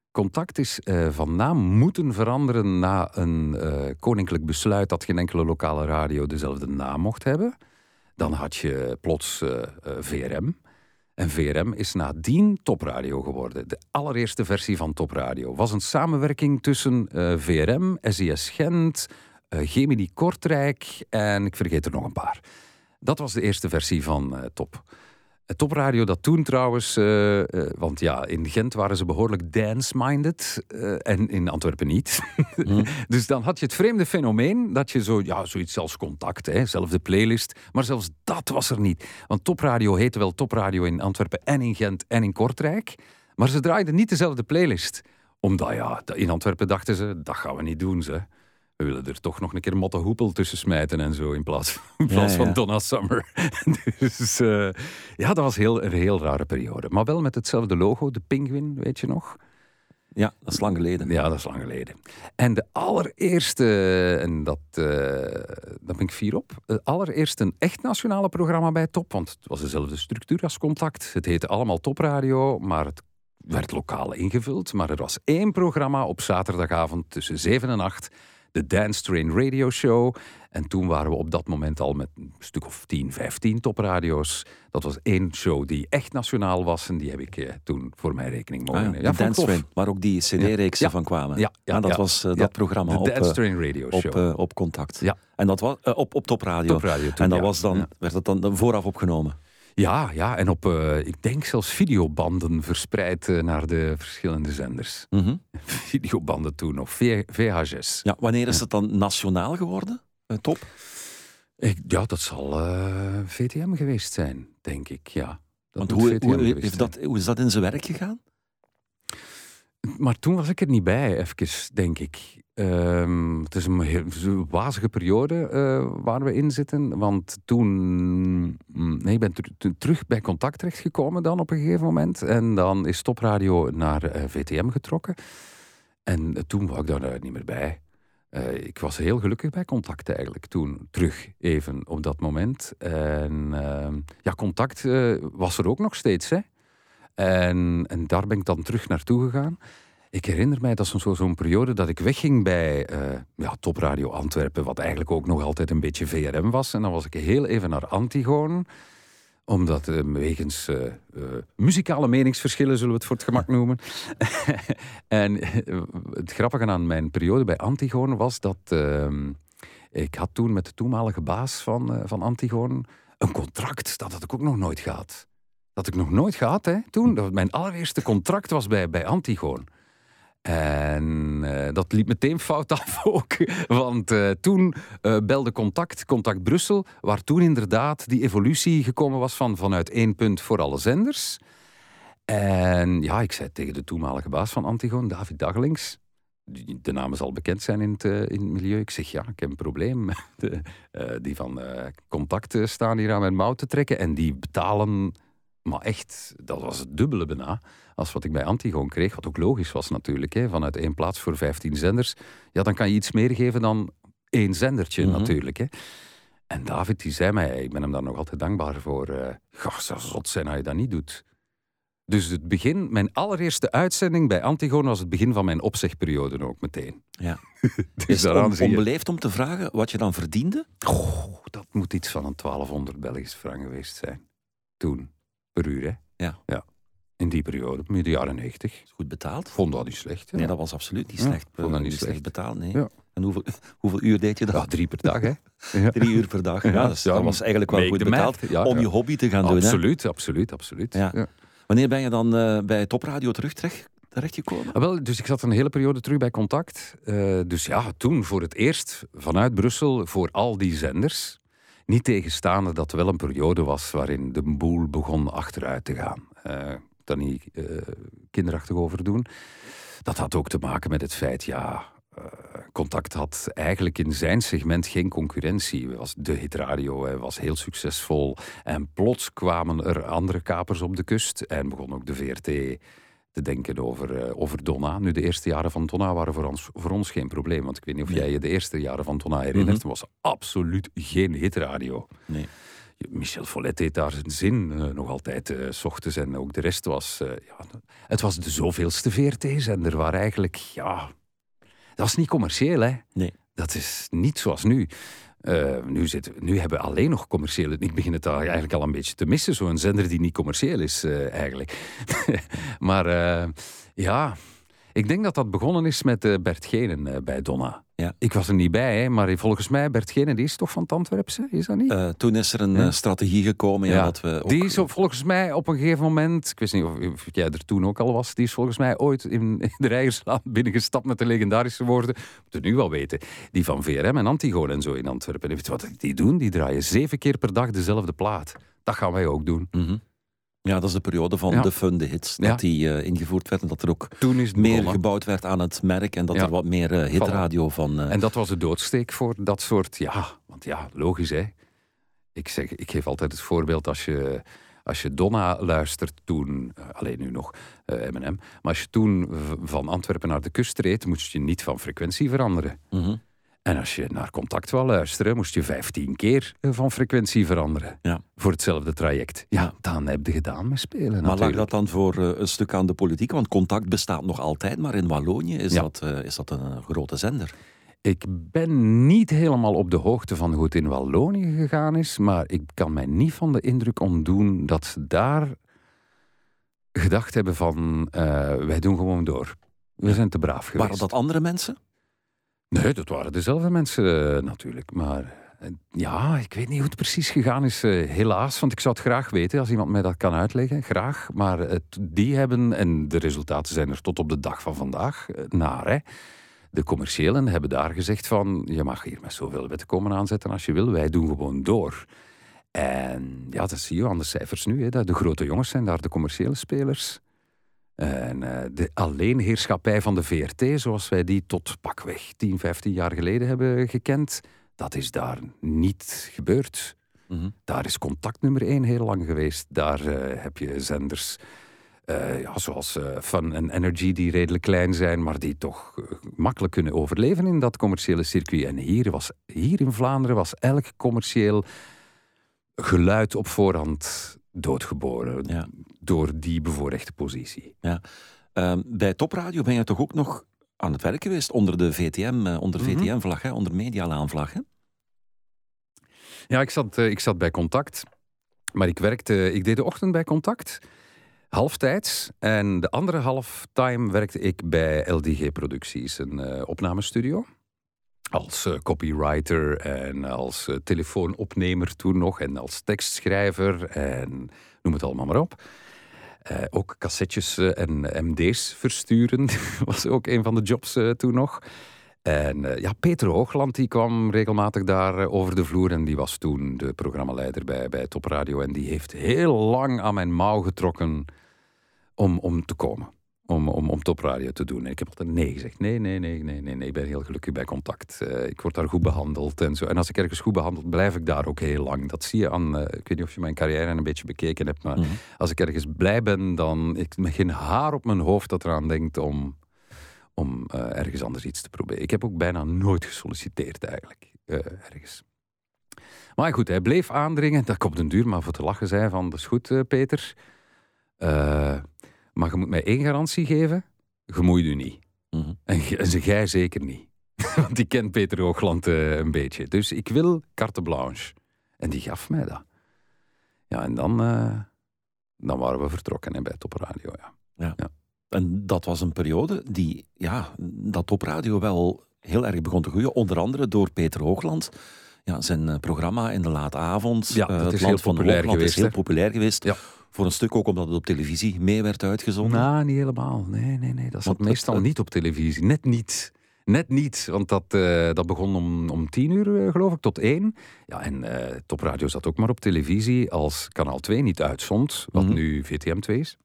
Contact is uh, van naam moeten veranderen na een uh, koninklijk besluit dat geen enkele lokale radio dezelfde naam mocht hebben. Dan had je plots uh, uh, V R M. En V R M is nadien Topradio geworden. De allereerste versie van Topradio was een samenwerking tussen uh, V R M, S I S Gent, uh, Gemini Kortrijk en ik vergeet er nog een paar. Dat was de eerste versie van uh, Top. Topradio dat toen trouwens, uh, uh, want ja, in Gent waren ze behoorlijk dance-minded uh, en in Antwerpen niet. Mm. Dus dan had je het vreemde fenomeen dat je zo, ja, zoiets als Contact, hè, zelfde playlist, maar zelfs dat was er niet. Want Topradio heette wel Topradio in Antwerpen en in Gent en in Kortrijk, maar ze draaiden niet dezelfde playlist. Omdat ja, in Antwerpen dachten ze, dat gaan we niet doen, ze. We willen er toch nog een keer Motte Hoepel tussen smijten en zo, in plaats, in plaats ja, ja. van Donna Summer. Dus uh, ja, dat was heel, een heel rare periode. Maar wel met hetzelfde logo, de Penguin, weet je nog? Ja, dat is lang geleden. Ja, dat is lang geleden. En de allereerste, en dat, uh, daar ben ik fier op, het allereerste een echt nationale programma bij Top, want het was dezelfde structuur als Contact. Het heette allemaal Topradio, maar het werd lokaal ingevuld. Maar er was één programma op zaterdagavond tussen zeven en acht... de Dance Train Radio Show. En toen waren we op dat moment al met een stuk of tien, vijftien topradio's. Dat was één show die echt nationaal was. En die heb ik eh, toen voor mijn rekening mogen nemen. Ah, ja, de Dance Train, waar ook die cd-reeksen ja. van kwamen. Ja, ja, ah, dat ja. was uh, dat ja. programma de op, Dance Train Radio op, Show. uh, op Contact. Ja. En dat was uh, op, op Topradio. Topradio toen, en dat ja. was dan, ja. werd dat dan vooraf opgenomen? Ja, ja, en op, uh, ik denk zelfs videobanden verspreid uh, naar de verschillende zenders. Mm-hmm. Videobanden toen nog, v- V H S. Ja, wanneer is het dan nationaal geworden? Uh, top? Ik, ja, dat zal uh, V T M geweest zijn, denk ik, ja. Want hoe, hoe, heeft dat, hoe is dat in zijn werk gegaan? Maar toen was ik er niet bij, even, denk ik. Um, het is een heel een wazige periode uh, waar we in zitten. Want toen... Nee, ik ben ter, terug bij Contact terechtgekomen dan op een gegeven moment. En dan is Topradio naar uh, V T M getrokken. En uh, toen wou ik daar uh, niet meer bij. Uh, ik was heel gelukkig bij Contact eigenlijk. Toen terug even op dat moment. En uh, ja, Contact uh, was er ook nog steeds, hè. En, en daar ben ik dan terug naartoe gegaan. Ik herinner mij, dat is zo, zo'n periode dat ik wegging bij uh, ja, Topradio Antwerpen, wat eigenlijk ook nog altijd een beetje V R M was. En dan was ik heel even naar Antigoon, omdat uh, wegens uh, uh, muzikale meningsverschillen, zullen we het voor het gemak noemen. En uh, het grappige aan mijn periode bij Antigoon was dat uh, ik had toen met de toenmalige baas van, uh, van Antigoon een contract, dat had ik ook nog nooit gehad. Dat had ik nog nooit gehad, hè, toen. Dat mijn allereerste contract was bij, bij Antigoon. En uh, dat liep meteen fout af ook. Want uh, toen uh, belde Contact, Contact Brussel, waar toen inderdaad die evolutie gekomen was van vanuit één punt voor alle zenders. En ja, ik zei tegen de toenmalige baas van Antigoon, David Dagelings, de naam zal bekend zijn in het, uh, in het milieu. Ik zeg, ja, ik heb een probleem. De, uh, die van uh, Contact uh, staan hier aan mijn mouw te trekken en die betalen... Maar echt, dat was het dubbele bijna als wat ik bij Antigoon kreeg. Wat ook logisch was natuurlijk. Hè, vanuit één plaats voor vijftien zenders. Ja, dan kan je iets meer geven dan één zendertje mm-hmm. natuurlijk. Hè. En David die zei mij, ik ben hem daar nog altijd dankbaar voor. Uh, Goh, het zou zot zijn als je dat niet doet. Dus het begin, mijn allereerste uitzending bij Antigoon was het begin van mijn opzegperiode ook meteen. Ja. Dus is het on, onbeleefd om te vragen wat je dan verdiende? Oh, dat moet iets van een twaalfhonderd Belgische frank geweest zijn. Toen. Per uur, hè? Ja. ja. In die periode, midden jaren negentig. Goed betaald? Vond dat niet slecht. Ja. Nee, dat was absoluut niet slecht. Ja, vond dat niet slecht, slecht betaald, nee. Ja. En hoeveel, hoeveel uur deed je dat? Ja, drie per dag, hè? Ja. Drie uur per dag. Ja, ja, dus, ja dat was eigenlijk wel goed betaald ja, om ja. je hobby te gaan absoluut, doen. Absoluut, absoluut, absoluut. Ja. Ja. Wanneer ben je dan uh, bij Topradio terug terecht, terechtgekomen? Ah, wel, dus ik zat een hele periode terug bij Contact. Uh, dus ja, toen voor het eerst vanuit Brussel voor al die zenders. Niet tegenstaande dat er wel een periode was waarin de boel begon achteruit te gaan. Uh, daar niet uh, kinderachtig over doen. Dat had ook te maken met het feit, ja, uh, Contact had eigenlijk in zijn segment geen concurrentie. Hij was de hitradio, hij was heel succesvol. En plots kwamen er andere kapers op de kust. En begon ook de V R T te denken over, uh, over Donna. Nu, de eerste jaren van Donna waren voor ons, voor ons geen probleem. Want ik weet niet of nee. jij je de eerste jaren van Donna herinnert. Mm-hmm. Het was absoluut geen hitradio. Nee. Michel Follet deed daar zijn zin uh, nog altijd uh, 's ochtends. En ook de rest was... Uh, ja, het was de zoveelste V R T-zender waar eigenlijk... ja, dat was niet commercieel, hè. Nee. Dat is niet zoals nu. Uh, nu, zit, nu hebben we alleen nog commerciële... Ik begin het eigenlijk al een beetje te missen. Zo'n zender die niet commercieel is, uh, eigenlijk. maar uh, ja... Ik denk dat dat begonnen is met uh, Bert Genen uh, bij Donna. Ja. Ik was er niet bij, hè, maar volgens mij, Bert Genen, die is toch van het Antwerpse? Is dat niet? Uh, toen is er een ja. uh, strategie gekomen. Ja, ja. Dat we ook... Die is op, volgens mij op een gegeven moment... Ik wist niet of, of jij er toen ook al was. Die is volgens mij ooit in, in de Rijgerslaan binnengestapt met de legendarische woorden. Moet je nu wel weten. Die van V R M en Antigone en zo in Antwerpen. En weet je wat die doen? Die draaien zeven keer per dag dezelfde plaat. Dat gaan wij ook doen. Mm-hmm. Ja, dat is de periode van ja. de fun, de hits. Dat ja. die uh, ingevoerd werd en dat er ook Toen is het meer begonnen. gebouwd werd aan het merk en dat ja. er wat meer uh, hitradio van... Uh... En dat was de doodsteek voor dat soort... Ja, want ja, logisch hè. Ik, zeg, ik geef altijd het voorbeeld als je, als je Donna luistert toen... Uh, alleen nu nog, uh, M en M. Maar als je toen v- van Antwerpen naar de kust reed, moest je niet van frequentie veranderen. Mm-hmm. En als je naar Contact wou luisteren, moest je vijftien keer van frequentie veranderen. Ja. Voor hetzelfde traject. Ja, ja, dan heb je gedaan met spelen. Maar natuurlijk. lag dat dan voor uh, een stuk aan de politiek? Want Contact bestaat nog altijd, maar in Wallonië is, ja. dat, uh, is dat een grote zender. Ik ben niet helemaal op de hoogte van hoe het in Wallonië gegaan is, maar ik kan mij niet van de indruk ontdoen dat ze daar gedacht hebben van uh, wij doen gewoon door. We zijn te braaf geweest. Waren dat andere mensen? Nee, dat waren dezelfde mensen uh, natuurlijk. Maar uh, ja, ik weet niet hoe het precies gegaan is. Uh, helaas, want ik zou het graag weten als iemand mij dat kan uitleggen. Graag. Maar uh, die hebben, en de resultaten zijn er tot op de dag van vandaag, uh, naar hè. De commerciëlen hebben daar gezegd van, je mag hier met zoveel wetten komen aanzetten als je wil. Wij doen gewoon door. En ja, dat zie je aan de cijfers nu. Hè. De grote jongens zijn daar de commerciële spelers. En uh, de alleenheerschappij van de V R T, zoals wij die tot pakweg tien, vijftien jaar geleden hebben gekend, dat is daar niet gebeurd. Mm-hmm. Daar is Contact nummer één heel lang geweest. Daar uh, heb je zenders uh, ja, zoals uh, Fun en Energy die redelijk klein zijn, maar die toch uh, makkelijk kunnen overleven in dat commerciële circuit. En hier, was, hier in Vlaanderen was elk commerciëel geluid op voorhand doodgeboren. Ja. Door die bevoorrechte positie. Ja. Uh, bij Topradio ben je toch ook nog aan het werk geweest onder de V T M, uh, onder Mm-hmm. V T M-vlag, hè, onder Medialaan-vlag, hè? Ja, ik zat, uh, ik zat bij Contact. Maar ik werkte, ik deed de ochtend bij Contact, halftijds. En de andere halftime werkte ik bij L D G Producties, een uh, opnamestudio. Als uh, copywriter en als uh, telefoonopnemer toen nog. En als tekstschrijver en noem het allemaal maar op. Uh, ook cassettes uh, en M D's versturen was ook een van de jobs uh, toen nog. En uh, ja, Peter Hoogland die kwam regelmatig daar uh, over de vloer. En die was toen de programmaleider bij, bij Topradio. En die heeft heel lang aan mijn mouw getrokken om, om te komen. Om, om, om Topradio te doen. En ik heb altijd nee gezegd. Nee, nee, nee, nee, nee, nee. Ik ben heel gelukkig bij Contact. Uh, ik word daar goed behandeld en zo. En als ik ergens goed behandeld, blijf ik daar ook heel lang. Dat zie je aan... Uh, ik weet niet of je mijn carrière een beetje bekeken hebt, maar mm-hmm. als ik ergens blij ben, dan... Ik heb geen haar op mijn hoofd dat eraan denkt om, om uh, ergens anders iets te proberen. Ik heb ook bijna nooit gesolliciteerd eigenlijk. Uh, ergens. Maar goed, hij bleef aandringen. Dat ik op den duur maar voor te lachen zei van... Dat is goed, uh, Peter. Uh, Maar je moet mij één garantie geven. Je moeit u niet. Mm-hmm. En, en ze jij zeker niet. Want die kent Peter Hoogland uh, een beetje. Dus ik wil carte blanche. En die gaf mij dat. Ja, en dan, uh, dan waren we vertrokken hè, bij Topradio. Ja. Ja. Ja. En dat was een periode die, ja, dat Topradio wel heel erg begon te groeien. Onder andere door Peter Hoogland. Ja, zijn uh, programma in de late avond. Ja, dat uh, het is land heel van populair Hoogland geweest, is heel hè? populair geweest. Ja. Voor een stuk ook omdat het op televisie mee werd uitgezonden. Nou, niet helemaal. Nee, nee, nee. Dat zat Want meestal het, het... niet op televisie. Net niet. Net niet, want dat, uh, dat begon om, om tien uur, uh, geloof ik, tot één. Ja, en uh, Topradio zat ook maar op televisie als Kanaal twee niet uitzond, wat mm-hmm. nu V T M twee is.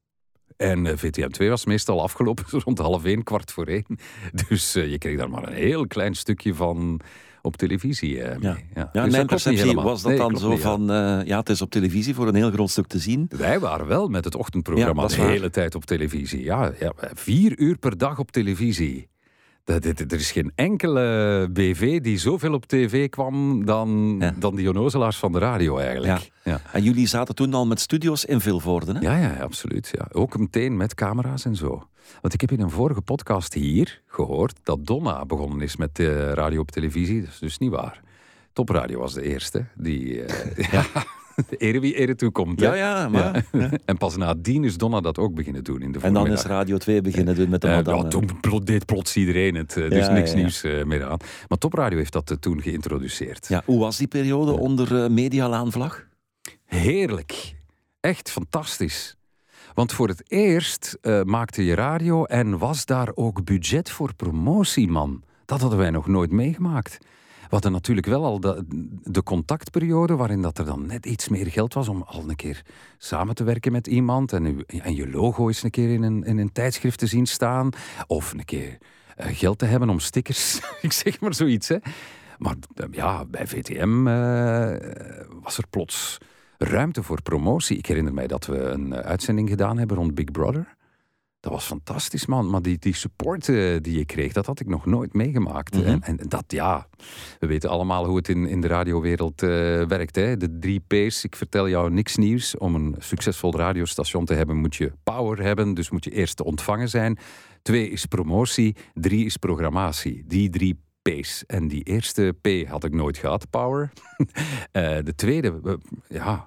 En uh, V T M twee was meestal afgelopen rond half één, kwart voor één. Dus uh, je kreeg daar maar een heel klein stukje van op televisie uh, mee. Ja, ja. ja Dus mijn perceptie was dat nee, dan zo van... Uh, ja, het is op televisie voor een heel groot stuk te zien. Wij waren wel met het ochtendprogramma ja, de hele tijd op televisie. Ja, ja, vier uur per dag op televisie. Dat, dat, er is geen enkele B V die zoveel op tv kwam dan, Ja. dan die onnozelaars van de radio eigenlijk. Ja. Ja. En jullie zaten toen al met studio's in Vilvoorde, hè? Ja, ja, absoluut. Ja. Ook meteen met camera's en zo. Want ik heb in een vorige podcast hier gehoord dat Donna begonnen is met uh, radio op televisie. Dat is dus niet waar. Topradio was de eerste die... Uh, ja. Ere wie ere toekomt. Ja, hè? ja, maar... Ja. En pas nadien is Donna dat ook beginnen doen in de En dan voormiddag. is Radio twee beginnen doen met de Uh, madame. ja, toen pl- deed plots iedereen het. Uh, dus Ja, niks ja, ja. nieuws uh, meer aan. Maar Topradio heeft dat uh, toen geïntroduceerd. Ja, hoe was die periode onder uh, Medialaanvlag? Heerlijk. Echt fantastisch. Want voor het eerst uh, maakte je radio en was daar ook budget voor promotie, man. Dat hadden wij nog nooit meegemaakt. We hadden natuurlijk wel al de, de contactperiode waarin dat er dan net iets meer geld was om al een keer samen te werken met iemand en, u, en je logo eens een keer in een, in een tijdschrift te zien staan. Of een keer uh, geld te hebben om stickers. Ik zeg maar zoiets, hè. Maar uh, ja, bij V T M uh, was er plots ruimte voor promotie. Ik herinner mij dat we een uh, uitzending gedaan hebben rond Big Brother. Dat was fantastisch, man. Maar die, die support uh, die je kreeg, dat had ik nog nooit meegemaakt. Mm-hmm. En, en dat, ja... We weten allemaal hoe het in, in de radiowereld uh, werkt. Hè? De drie P's. Ik vertel jou niks nieuws. Om een succesvol radiostation te hebben, moet je power hebben. Dus moet je eerst te ontvangen zijn. Twee is promotie. Drie is programmatie. Die drie P's. En die eerste P had ik nooit gehad, power. uh, de tweede, uh, ja...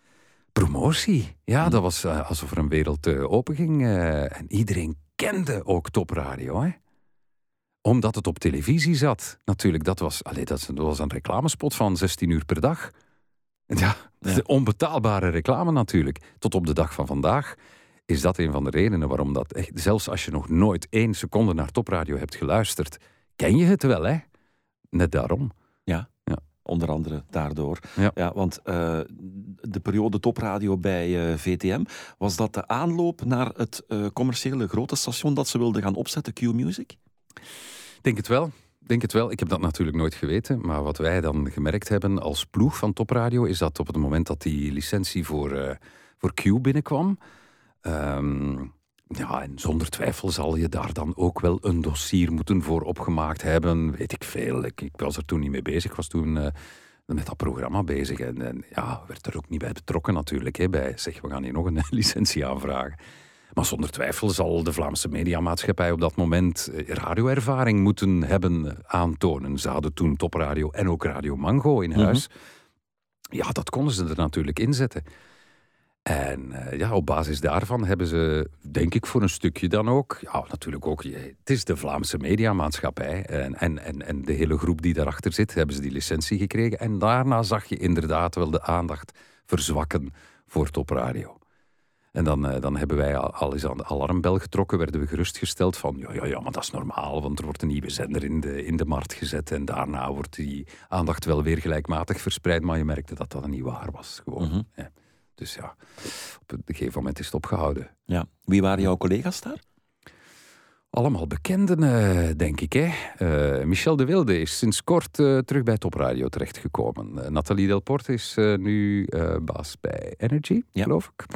Promotie. Ja, dat was uh, alsof er een wereld uh, openging. Uh, en iedereen kende ook Topradio, hè. Omdat het op televisie zat. Natuurlijk, dat was, allee, dat was een reclamespot van zestien uur per dag. Ja, Ja. onbetaalbare reclame natuurlijk. Tot op de dag van vandaag is dat een van de redenen waarom dat echt... Zelfs als je nog nooit één seconde naar Topradio hebt geluisterd, ken je het wel, hè. Net daarom. Ja. Ja. Onder andere daardoor. Ja. Ja, want uh, de periode Topradio bij uh, V T M, was dat de aanloop naar het uh, commerciële grote station dat ze wilden gaan opzetten, Q-Music? Denk het wel. Denk het wel. Ik heb dat natuurlijk nooit geweten. Maar wat wij dan gemerkt hebben als ploeg van Topradio is dat op het moment dat die licentie voor, uh, voor Q binnenkwam... Um, ja, en zonder twijfel zal je daar dan ook wel een dossier moeten voor opgemaakt hebben. Weet ik veel. Ik, ik was er toen niet mee bezig. Ik was toen uh, met dat programma bezig. En, en ja, werd er ook niet bij betrokken natuurlijk. Hè, bij, zeg, we gaan hier nog een licentie aanvragen. Maar zonder twijfel zal de Vlaamse mediamaatschappij op dat moment radioervaring moeten hebben aantonen. Ze hadden toen Topradio en ook Radio Mango in huis. Mm-hmm. Ja, dat konden ze er natuurlijk inzetten. En uh, ja, op basis daarvan hebben ze, denk ik voor een stukje dan ook... Ja, natuurlijk ook, het is de Vlaamse mediamaatschappij. En, en, en, en de hele groep die daarachter zit, hebben ze die licentie gekregen. En daarna zag je inderdaad wel de aandacht verzwakken voor Topradio. En dan, uh, dan hebben wij al, al eens aan de alarmbel getrokken, werden we gerustgesteld van... Ja, ja, ja, maar dat is normaal, want er wordt een nieuwe zender in de, in de markt gezet. En daarna wordt die aandacht wel weer gelijkmatig verspreid. Maar je merkte dat dat niet waar was, gewoon. Mm-hmm. Ja. Dus ja, op een gegeven moment is het opgehouden. Ja. Wie waren jouw collega's daar? Allemaal bekenden, uh, denk ik. Hè. Uh, Michel de Wilde is sinds kort uh, terug bij Topradio terechtgekomen. Uh, Nathalie Delporte is uh, nu uh, baas bij Energy, ja. geloof ik.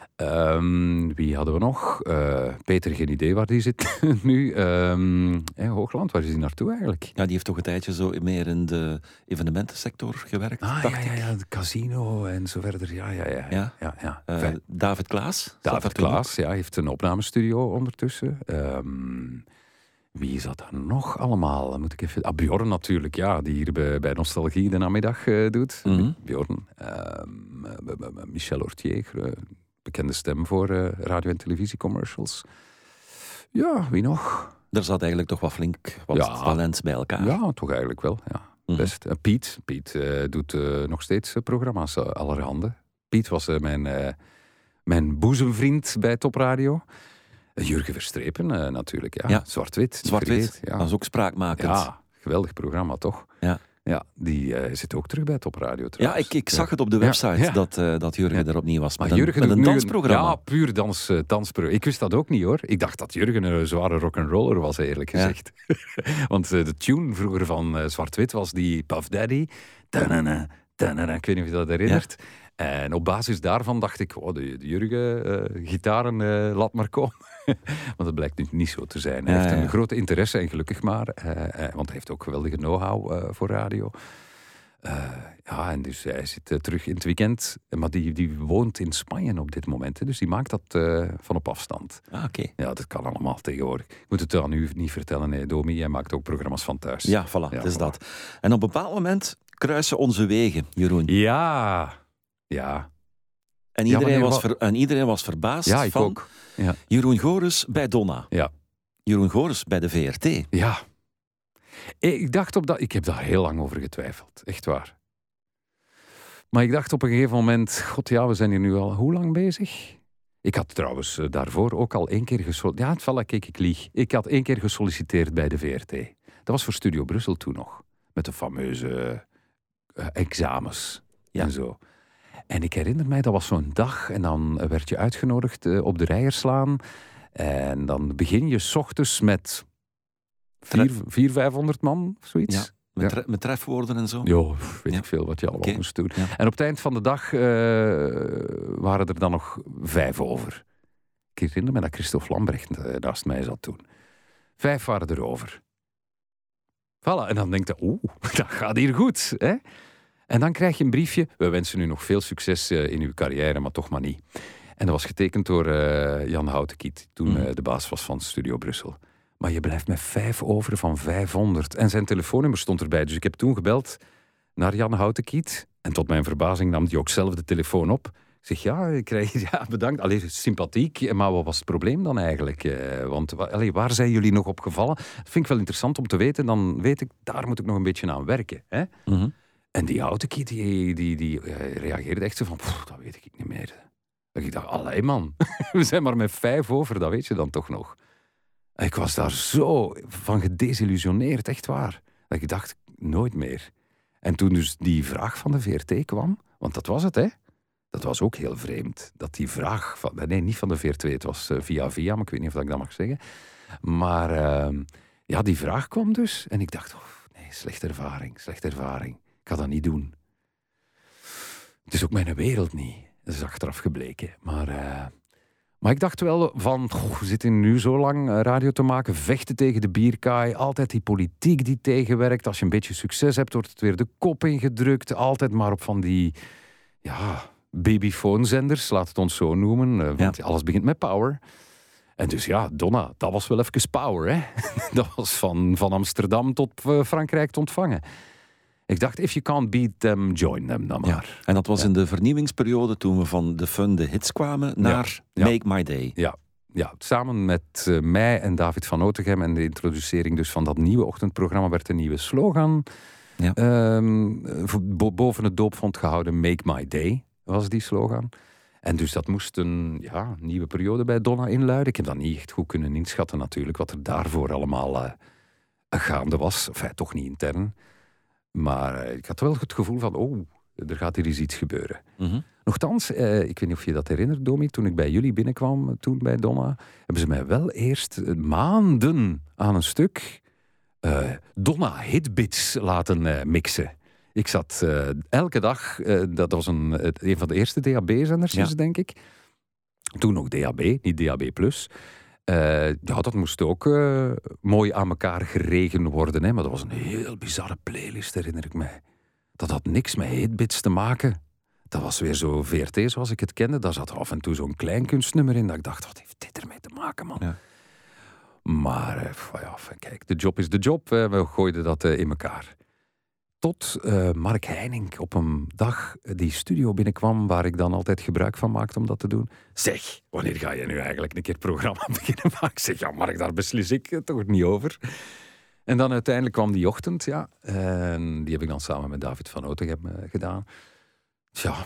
Um, wie hadden we nog? Uh, Peter, geen idee waar die zit nu. Um, eh, Hoogland, waar is hij naartoe eigenlijk? Ja, die heeft toch een tijdje zo meer in de evenementensector gewerkt, ah, dacht ja, ik. Ja, het casino en zo verder. Ja, ja, ja. ja? ja, ja. Uh, David Klaas. David Klaas, ja, heeft een opnamestudio ondertussen. Um, wie is dat dan nog allemaal? Moet ik even... Ah, Bjorn natuurlijk, ja, die hier bij, bij Nostalgie de namiddag uh, doet. Mm-hmm. Bjorn. Um, Michel Ortier, bekende stem voor uh, radio- en televisiecommercials. Ja, wie nog? Er zat eigenlijk toch wel flink wat ja, talent bij elkaar. Ja, toch eigenlijk wel. Ja. Mm-hmm. Best. Uh, Piet, Piet uh, doet uh, nog steeds uh, programma's uh, allerhande. Piet was uh, mijn, uh, mijn boezemvriend bij Topradio. Uh, Jurgen Verstrepen uh, natuurlijk, ja. ja. Zwart-wit. Zwart-wit, ja. Dat is ook spraakmakend. Ja, geweldig programma, toch? Ja. Ja, die uh, zit ook terug bij Topradio trouwens. Ja, ik, ik zag ja. het op de website ja, ja. Dat, uh, dat Jurgen ja. er opnieuw was. Met maar Jurgen een, met een dansprogramma. Ja, puur dans, uh, dansprogramma. Ik wist dat ook niet hoor. Ik dacht dat Jurgen een zware rock'n'roller was, eerlijk gezegd. Ja. Want uh, de tune vroeger van uh, Zwart-Wit was die Puff Daddy. Ta-na-na, ta-na-na. Ik weet niet of je dat herinnert. Ja. En op basis daarvan dacht ik, oh, de, de Jurgen, uh, gitaren, uh, laat maar komen. Want dat blijkt nu niet zo te zijn. Hij ja, heeft een ja. grote interesse en gelukkig maar. Uh, uh, want hij heeft ook geweldige know-how uh, voor radio. Uh, ja, en dus hij zit uh, terug in het weekend. Maar die, die woont in Spanje op dit moment. Hè, dus die maakt dat uh, van op afstand. Ah, oké. Okay. Ja, dat kan allemaal tegenwoordig. Ik moet het aan u niet vertellen, nee, Domi. Jij maakt ook programma's van thuis. Ja, voilà, ja, het is voilà. dat. En op een bepaald moment kruisen onze wegen, Jeroen. Ja, ja. En iedereen, ja, was, ver, en iedereen was verbaasd ja, ik van ook. Ja. Jeroen Goris bij Donna. Ja. Jeroen Goris bij de V R T. Ja. Ik dacht op dat... Ik heb daar heel lang over getwijfeld. Echt waar. Maar ik dacht op een gegeven moment... God ja, we zijn hier nu al hoe lang bezig? Ik had trouwens daarvoor ook al één keer gesolliciteerd... Ja, het valt, kijk, ik lieg. Ik had één keer gesolliciteerd bij de V R T. Dat was voor Studio Brussel toen nog. Met de fameuze uh, examens ja. en zo. En ik herinner mij, dat was zo'n dag... En dan werd je uitgenodigd uh, op de Rijerslaan. En dan begin je 's ochtends met... Vier, vijfhonderd man, of zoiets. Ja, met, ja. tre- met trefwoorden en zo. Ja, weet ja. ik veel wat je allemaal okay. moest doen. Ja. En op het eind van de dag uh, waren er dan nog vijf over. Ik herinner me dat Christophe Lambrecht uh, naast mij zat toen. Vijf waren er over. Voilà, en dan denk je, oeh, dat gaat hier goed. Hè? En dan krijg je een briefje. We wensen u nog veel succes uh, in uw carrière, maar toch maar niet. En dat was getekend door uh, Jan Houtenkiet, toen mm. uh, de baas was van Studio Brussel. Maar je blijft met vijf over van vijfhonderd. En zijn telefoonnummer stond erbij. Dus ik heb toen gebeld naar Jan Houtenkiet. En tot mijn verbazing nam hij ook zelf de telefoon op. Ik zeg, ja, ik krijg, ja bedankt. Allee, sympathiek. Maar wat was het probleem dan eigenlijk? Eh, want allee, waar zijn jullie nog op gevallen? Dat vind ik wel interessant om te weten. Dan weet ik, daar moet ik nog een beetje aan werken. Hè? Mm-hmm. En die Houtenkiet, die, die, die uh, reageerde echt zo van, dat weet ik niet meer. Dat ik dacht, allee man, we zijn maar met vijf over. Dat weet je dan toch nog. Ik was daar zo van gedesillusioneerd, echt waar. Dat ik dacht, nooit meer. En toen dus die vraag van de V R T kwam, want dat was het, hè. Dat was ook heel vreemd. Dat die vraag, van, nee, niet van de V R T, het was uh, via via, maar ik weet niet of ik dat mag zeggen. Maar uh, ja, die vraag kwam dus. En ik dacht, oh, nee, slechte ervaring, slechte ervaring. Ik ga dat niet doen. Het is ook mijn wereld niet. Dat is achteraf gebleken. Maar... Uh, Maar ik dacht wel van, goh, we zitten nu zo lang radio te maken, vechten tegen de bierkaai, altijd die politiek die tegenwerkt. Als je een beetje succes hebt, wordt het weer de kop ingedrukt. Altijd maar op van die, ja, babyfoonzenders, laat het ons zo noemen. Want ja. alles begint met power. En dus ja, Donna, dat was wel even power, hè. Dat was van, van Amsterdam tot Frankrijk te ontvangen. Ik dacht, if you can't beat them, join them dan maar. Ja. En dat was ja. in de vernieuwingsperiode toen we van de fun de hits kwamen naar ja. Make ja. My Day. Ja, ja. samen met uh, mij en David van Otegem en de introducering dus van dat nieuwe ochtendprogramma werd een nieuwe slogan ja. um, boven het doopvont gehouden. Make My Day was die slogan. En dus dat moest een ja, nieuwe periode bij Donna inluiden. Ik heb dat niet echt goed kunnen inschatten natuurlijk, wat er daarvoor allemaal uh, gaande was. Enfin, toch niet intern. Maar uh, ik had wel het gevoel van, oh, er gaat hier eens iets gebeuren. Mm-hmm. Nochtans, uh, ik weet niet of je dat herinnert, Domi, toen ik bij jullie binnenkwam, toen bij Donna, hebben ze mij wel eerst uh, maanden aan een stuk uh, Donna hitbits laten uh, mixen. Ik zat uh, elke dag, uh, dat was een, een van de eerste D A B-zenders, ja. denk ik. Toen nog D A B, niet D A B plus. Uh, ja, dat moest ook uh, mooi aan elkaar geregen worden. Hè? Maar dat was een heel bizarre playlist, herinner ik mij. Dat had niks met hitbits te maken. Dat was weer zo V R T zoals ik het kende. Daar zat af en toe zo'n kleinkunstnummer in. Dat ik dacht, wat heeft dit ermee te maken, man? Ja. Maar, uh, ja, kijk, de job is de job. Uh, we gooiden dat uh, in elkaar. Tot uh, Mark Heining op een dag die studio binnenkwam, waar ik dan altijd gebruik van maakte om dat te doen. Zeg, wanneer ga je nu eigenlijk een keer het programma beginnen maken? Ik zeg, ja Mark, daar beslis ik toch niet over. En dan uiteindelijk kwam die ochtend, ja. En die heb ik dan samen met David van Otegem uh, gedaan. Tja,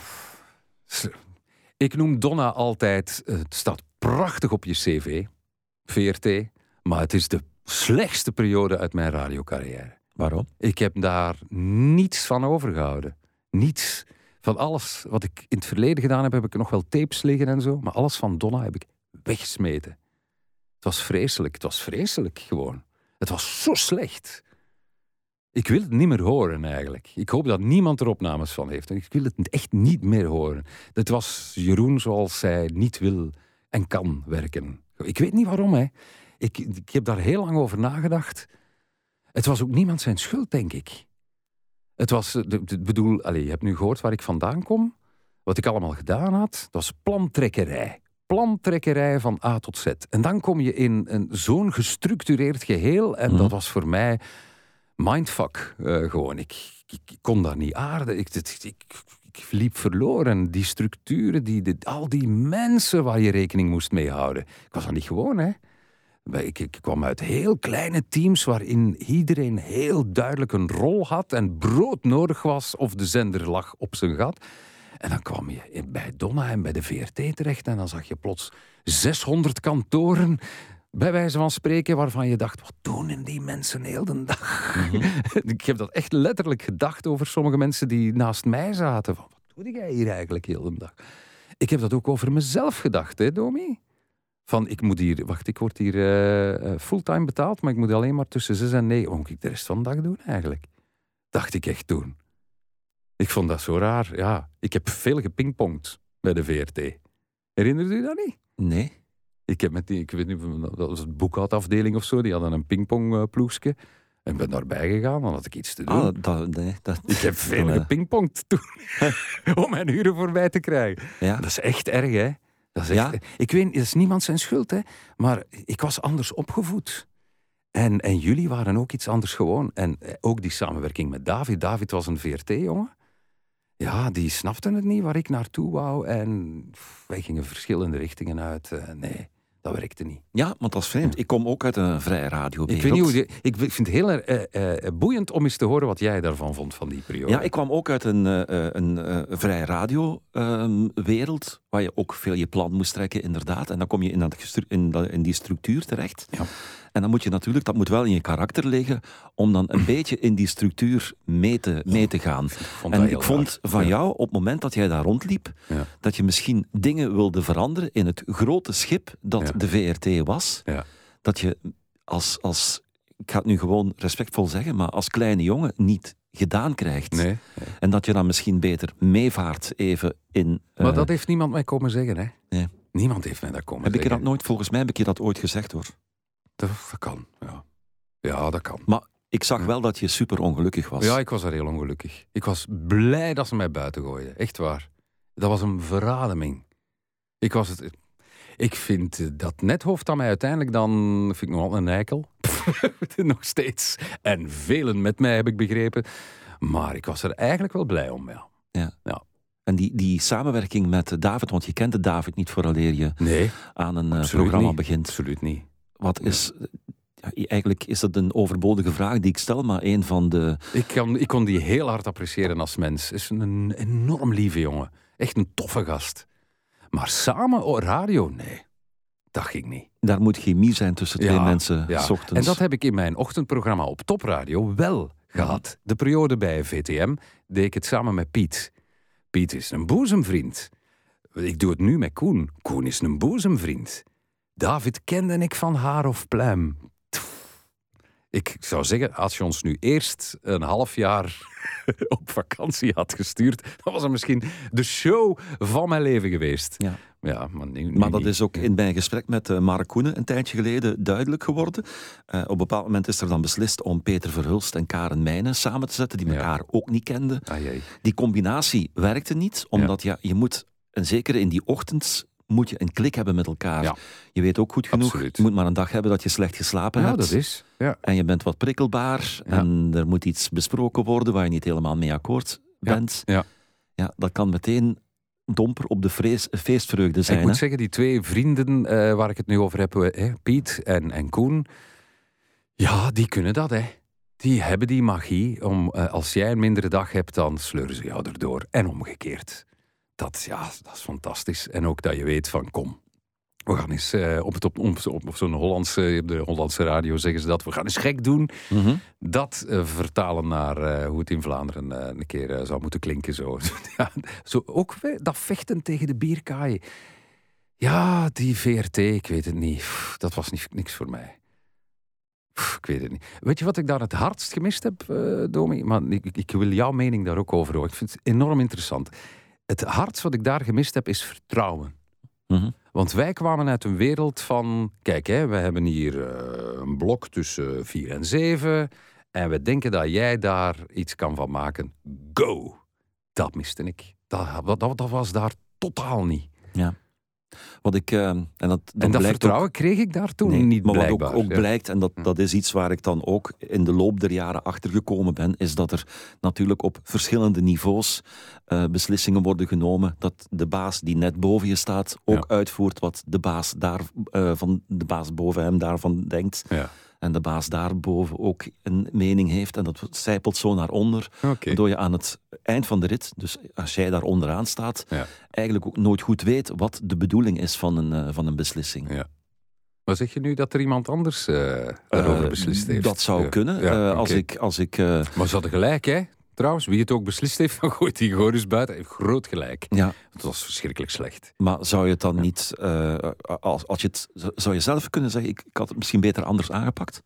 ik noem Donna altijd, uh, het staat prachtig op je cv, V R T, maar het is de slechtste periode uit mijn radiocarrière. Waarom? Ik heb daar niets van overgehouden. Niets. Van alles wat ik in het verleden gedaan heb, heb ik nog wel tapes liggen en zo. Maar alles van Donna heb ik weggesmeten. Het was vreselijk. Het was vreselijk gewoon. Het was zo slecht. Ik wil het niet meer horen, eigenlijk. Ik hoop dat niemand er opnames van heeft. Ik wil het echt niet meer horen. Het was Jeroen zoals zij niet wil en kan werken. Ik weet niet waarom, hè. Ik, ik heb daar heel lang over nagedacht. Het was ook niemand zijn schuld, denk ik. Het was, ik bedoel, allez, je hebt nu gehoord waar ik vandaan kom. Wat ik allemaal gedaan had, dat was plantrekkerij. Plantrekkerij van A tot Z. En dan kom je in een zo'n gestructureerd geheel. En mm. dat was voor mij mindfuck. Uh, gewoon, ik, ik, ik kon daar niet aarden. Ik, ik, ik, ik liep verloren. Die structuren, die, die, al die mensen waar je rekening moest mee houden. Ik was dat niet gewoon, hè. Ik, ik kwam uit heel kleine teams waarin iedereen heel duidelijk een rol had en brood nodig was of de zender lag op zijn gat. En dan kwam je bij Donna en bij de V R T terecht en dan zag je plots zeshonderd kantoren, bij wijze van spreken, waarvan je dacht, wat doen die mensen heel de dag? Mm-hmm. Ik heb dat echt letterlijk gedacht over sommige mensen die naast mij zaten. Van, wat doe jij hier eigenlijk heel de dag? Ik heb dat ook over mezelf gedacht, hè, Domi? Van, ik moet hier, wacht, ik word hier uh, fulltime betaald, maar ik moet alleen maar tussen zes en negen. Wat moet ik de rest van de dag doen eigenlijk? Dacht ik echt toen. Ik vond dat zo raar. Ja, ik heb veel gepingpongd bij de V R T. Herinnert u dat niet? Nee. Ik heb met die, ik weet niet, dat was de boekhoudafdeling of zo, die hadden een pingpongploegje. En ben daarbij gegaan, dan had ik iets te doen. Ah, dat, nee, dat, ik heb veel uh... gepingpongd toen. Om mijn uren voorbij te krijgen. Ja. Dat is echt erg, hè? Dat is echt, ja. Ik weet, dat is niemand zijn schuld, hè? Maar ik was anders opgevoed. En, en jullie waren ook iets anders gewoon. En ook die samenwerking met David. David was een V R T-jongen. Ja, die snapte het niet waar ik naartoe wou. En pff, wij gingen verschillende richtingen uit. Uh, nee, dat werkte niet. Ja, want dat is vreemd. Ja. Ik kom ook uit een vrije radiowereld. Ik, weet niet hoe die, ik vind het heel uh, uh, boeiend om eens te horen wat jij daarvan vond, van die periode. Ja, ik kwam ook uit een, uh, een uh, vrije radiowereld, uh, waar je ook veel je plan moest trekken, inderdaad. En dan kom je in, dat, in, dat, in die structuur terecht. Ja. En dan moet je natuurlijk, dat moet wel in je karakter liggen, om dan een beetje in die structuur mee te, mee te gaan. Ik vond en ik vond van ja. jou, op het moment dat jij daar rondliep, ja. dat je misschien dingen wilde veranderen in het grote schip dat ja. de V R T was. Ja. Dat je als, als, ik ga het nu gewoon respectvol zeggen, maar als kleine jongen niet gedaan krijgt. Nee. Ja. En dat je dan misschien beter meevaart even in... Maar uh, dat heeft niemand mij komen zeggen, hè? Nee. Niemand heeft mij dat komen heb zeggen. Ik je dat nooit, volgens mij heb ik je dat ooit gezegd, hoor. Dat, dat kan, ja. Ja, dat kan. Maar ik zag wel dat je super ongelukkig was. Ja, ik was er heel ongelukkig. Ik was blij dat ze mij buiten gooiden. Echt waar. Dat was een verademing. Ik was het... Ik vind dat Nethoofd dan mij uiteindelijk dan... Vind ik nog altijd een eikel. Nog steeds. En velen met mij, heb ik begrepen. Maar ik was er eigenlijk wel blij om, ja. Ja. ja. En die, die samenwerking met David, want je kende David niet vooraleer je nee, aan een uh, programma niet. begint. Absoluut niet. Wat is... Ja, eigenlijk is dat een overbodige vraag die ik stel, maar een van de... Ik, kan, ik kon die heel hard appreciëren als mens. Is een enorm lieve jongen. Echt een toffe gast. Maar samen op radio? Nee. Dat ging niet. Daar moet chemie zijn tussen twee ja, mensen, ja. 's ochtends. En dat heb ik in mijn ochtendprogramma op Topradio wel gehad. Ja. De periode bij V T M deed ik het samen met Piet. Piet is een boezemvriend. Ik doe het nu met Koen. Koen is een boezemvriend. David kende ik van haar of pluim. Ik zou zeggen, als je ons nu eerst een half jaar op vakantie had gestuurd, dan was het misschien de show van mijn leven geweest. Ja. Ja, maar nu, nu maar dat niet. is ook in mijn gesprek met uh, Mark Koenen een tijdje geleden duidelijk geworden. Uh, op een bepaald moment is er dan beslist om Peter Verhulst en Karen Mijnen samen te zetten, die elkaar ja. ook niet kenden. Ah, die combinatie werkte niet, omdat ja. Ja, je moet, en zeker in die ochtends, moet je een klik hebben met elkaar. Ja. Je weet ook goed genoeg, Absoluut. Je moet maar een dag hebben dat je slecht geslapen ja, hebt. Dat is. Ja. En je bent wat prikkelbaar. Ja. En er moet iets besproken worden waar je niet helemaal mee akkoord bent. Ja. Ja. Ja, dat kan meteen domper op de vrees, feestvreugde zijn. Ik moet hè? zeggen, die twee vrienden uh, waar ik het nu over heb, hè, Piet en, en Koen, ja, die kunnen dat, hè. Die hebben die magie. Om, uh, als jij een mindere dag hebt, dan sleuren ze jou erdoor. En omgekeerd. Dat, ja, dat is fantastisch. En ook dat je weet van, kom, we gaan eens uh, op, het, op, op, op zo'n Hollandse, de Hollandse radio zeggen ze dat, we gaan eens gek doen. Mm-hmm. Dat uh, vertalen naar uh, hoe het in Vlaanderen uh, een keer uh, zou moeten klinken. Zo. Ja, zo ook dat vechten tegen de bierkaai. Ja, die V R T, ik weet het niet. Dat was niet, niks voor mij. Pff, ik weet het niet. Weet je wat ik daar het hardst gemist heb, uh, Domi? Maar ik, ik, ik wil jouw mening daar ook over horen. Ik vind het enorm interessant. Het hardst wat ik daar gemist heb, is vertrouwen. Mm-hmm. Want wij kwamen uit een wereld van... Kijk, hè, we hebben hier uh, een blok tussen vier en zeven... en we denken dat jij daar iets kan van maken. Go! Dat miste ik. Dat, dat, dat was daar totaal niet. Ja. Wat ik, uh, en dat, dat, en dat vertrouwen ook, kreeg ik daar toen nee, niet maar blijkbaar. wat ook, ook ja. blijkt, en dat, dat is iets waar ik dan ook in de loop der jaren achter gekomen ben, is dat er natuurlijk op verschillende niveaus uh, beslissingen worden genomen, dat de baas die net boven je staat ook ja. uitvoert wat de baas, daar, uh, van de baas boven hem daarvan denkt. Ja. En de baas daarboven ook een mening heeft. En dat zijpelt zo naar onder. Okay. Waardoor je aan het eind van de rit, dus als jij daar onderaan staat, ja. eigenlijk ook nooit goed weet wat de bedoeling is van een, uh, van een beslissing. Ja. Maar zeg je nu dat er iemand anders uh, daarover uh, beslist heeft? Dat zou ja. kunnen. Ja, uh, okay. als ik, als ik, uh... Maar ze hadden gelijk, hè? Trouwens, wie het ook beslist heeft, dan gooit die gewoon eens buiten. Hij heeft groot gelijk. Ja. Het was verschrikkelijk slecht. Maar zou je het dan ja. niet... Uh, als, als je het, zou je zelf kunnen zeggen, ik, ik had het misschien beter anders aangepakt?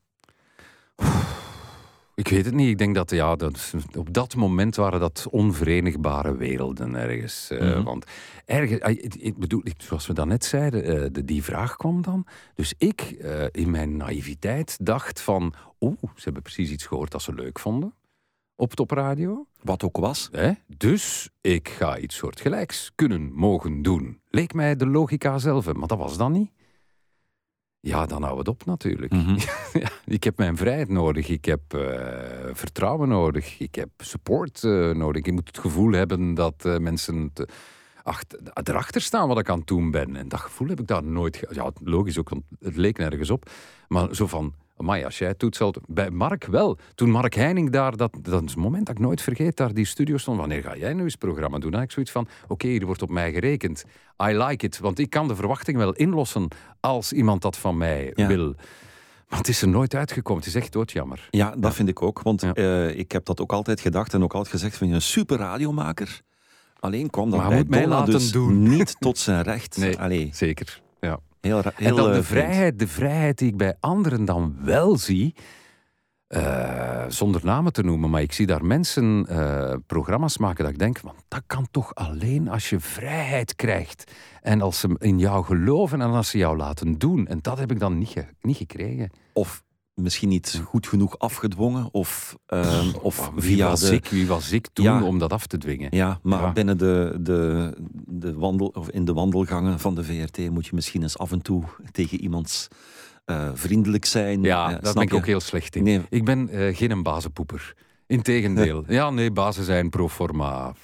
Ik weet het niet. Ik denk dat, ja, dat op dat moment waren dat onverenigbare werelden ergens. Uh, mm-hmm. Want ergens, ik, ik bedoel, zoals we daarnet zeiden, uh, de, die vraag kwam dan. Dus ik, uh, in mijn naïviteit, dacht van... Oh, ze hebben precies iets gehoord dat ze leuk vonden. Op topradio. Wat ook was. Hè? Dus ik ga iets soortgelijks kunnen, mogen doen. Leek mij de logica zelf, maar dat was dan niet. Ja, dan hou het op natuurlijk. Mm-hmm. ja, ik heb mijn vrijheid nodig. Ik heb uh, vertrouwen nodig. Ik heb support uh, nodig. Ik moet het gevoel hebben dat uh, mensen te, achter, erachter staan wat ik aan het doen ben. En dat gevoel heb ik daar nooit... Ge- ja, logisch ook, want het leek nergens op. Maar zo van... Maar als jij het doet, zal het... Bij Mark wel. Toen Mark Heining daar... Dat, dat is het moment dat ik nooit vergeet, daar die studio stond. Wanneer ga jij nu eens programma doen? Dan heb ik zoiets van... Oké, okay, er wordt op mij gerekend. I like it. Want ik kan de verwachting wel inlossen als iemand dat van mij ja. wil. Maar het is er nooit uitgekomen. Het is echt doodjammer. Ja, dat ja. vind ik ook. Want ja. uh, ik heb dat ook altijd gedacht en ook altijd gezegd van je een super radiomaker. Alleen kwam dat maar bij moet mij Donna laten dus doen. niet tot zijn recht. Nee, Allee. zeker. Ja. Heel, heel, en dan de uh, vrijheid, de vrijheid die ik bij anderen dan wel zie, uh, zonder namen te noemen, maar ik zie daar mensen uh, programma's maken dat ik denk, want dat kan toch alleen als je vrijheid krijgt. En als ze in jou geloven en als ze jou laten doen. En dat heb ik dan niet, ge- niet gekregen. Of misschien niet goed genoeg afgedwongen, of, uh, of wie via was de... Ik, wie was ik toen ja, om dat af te dwingen? Ja, maar ja. binnen de, de, de wandel, of in de wandelgangen van de V R T moet je misschien eens af en toe tegen iemands uh, vriendelijk zijn. Ja, uh, daar ben ik je? ook heel slecht in. Nee. Ik ben uh, geen een bazenpoeper. Integendeel. ja, nee, bazen zijn pro forma...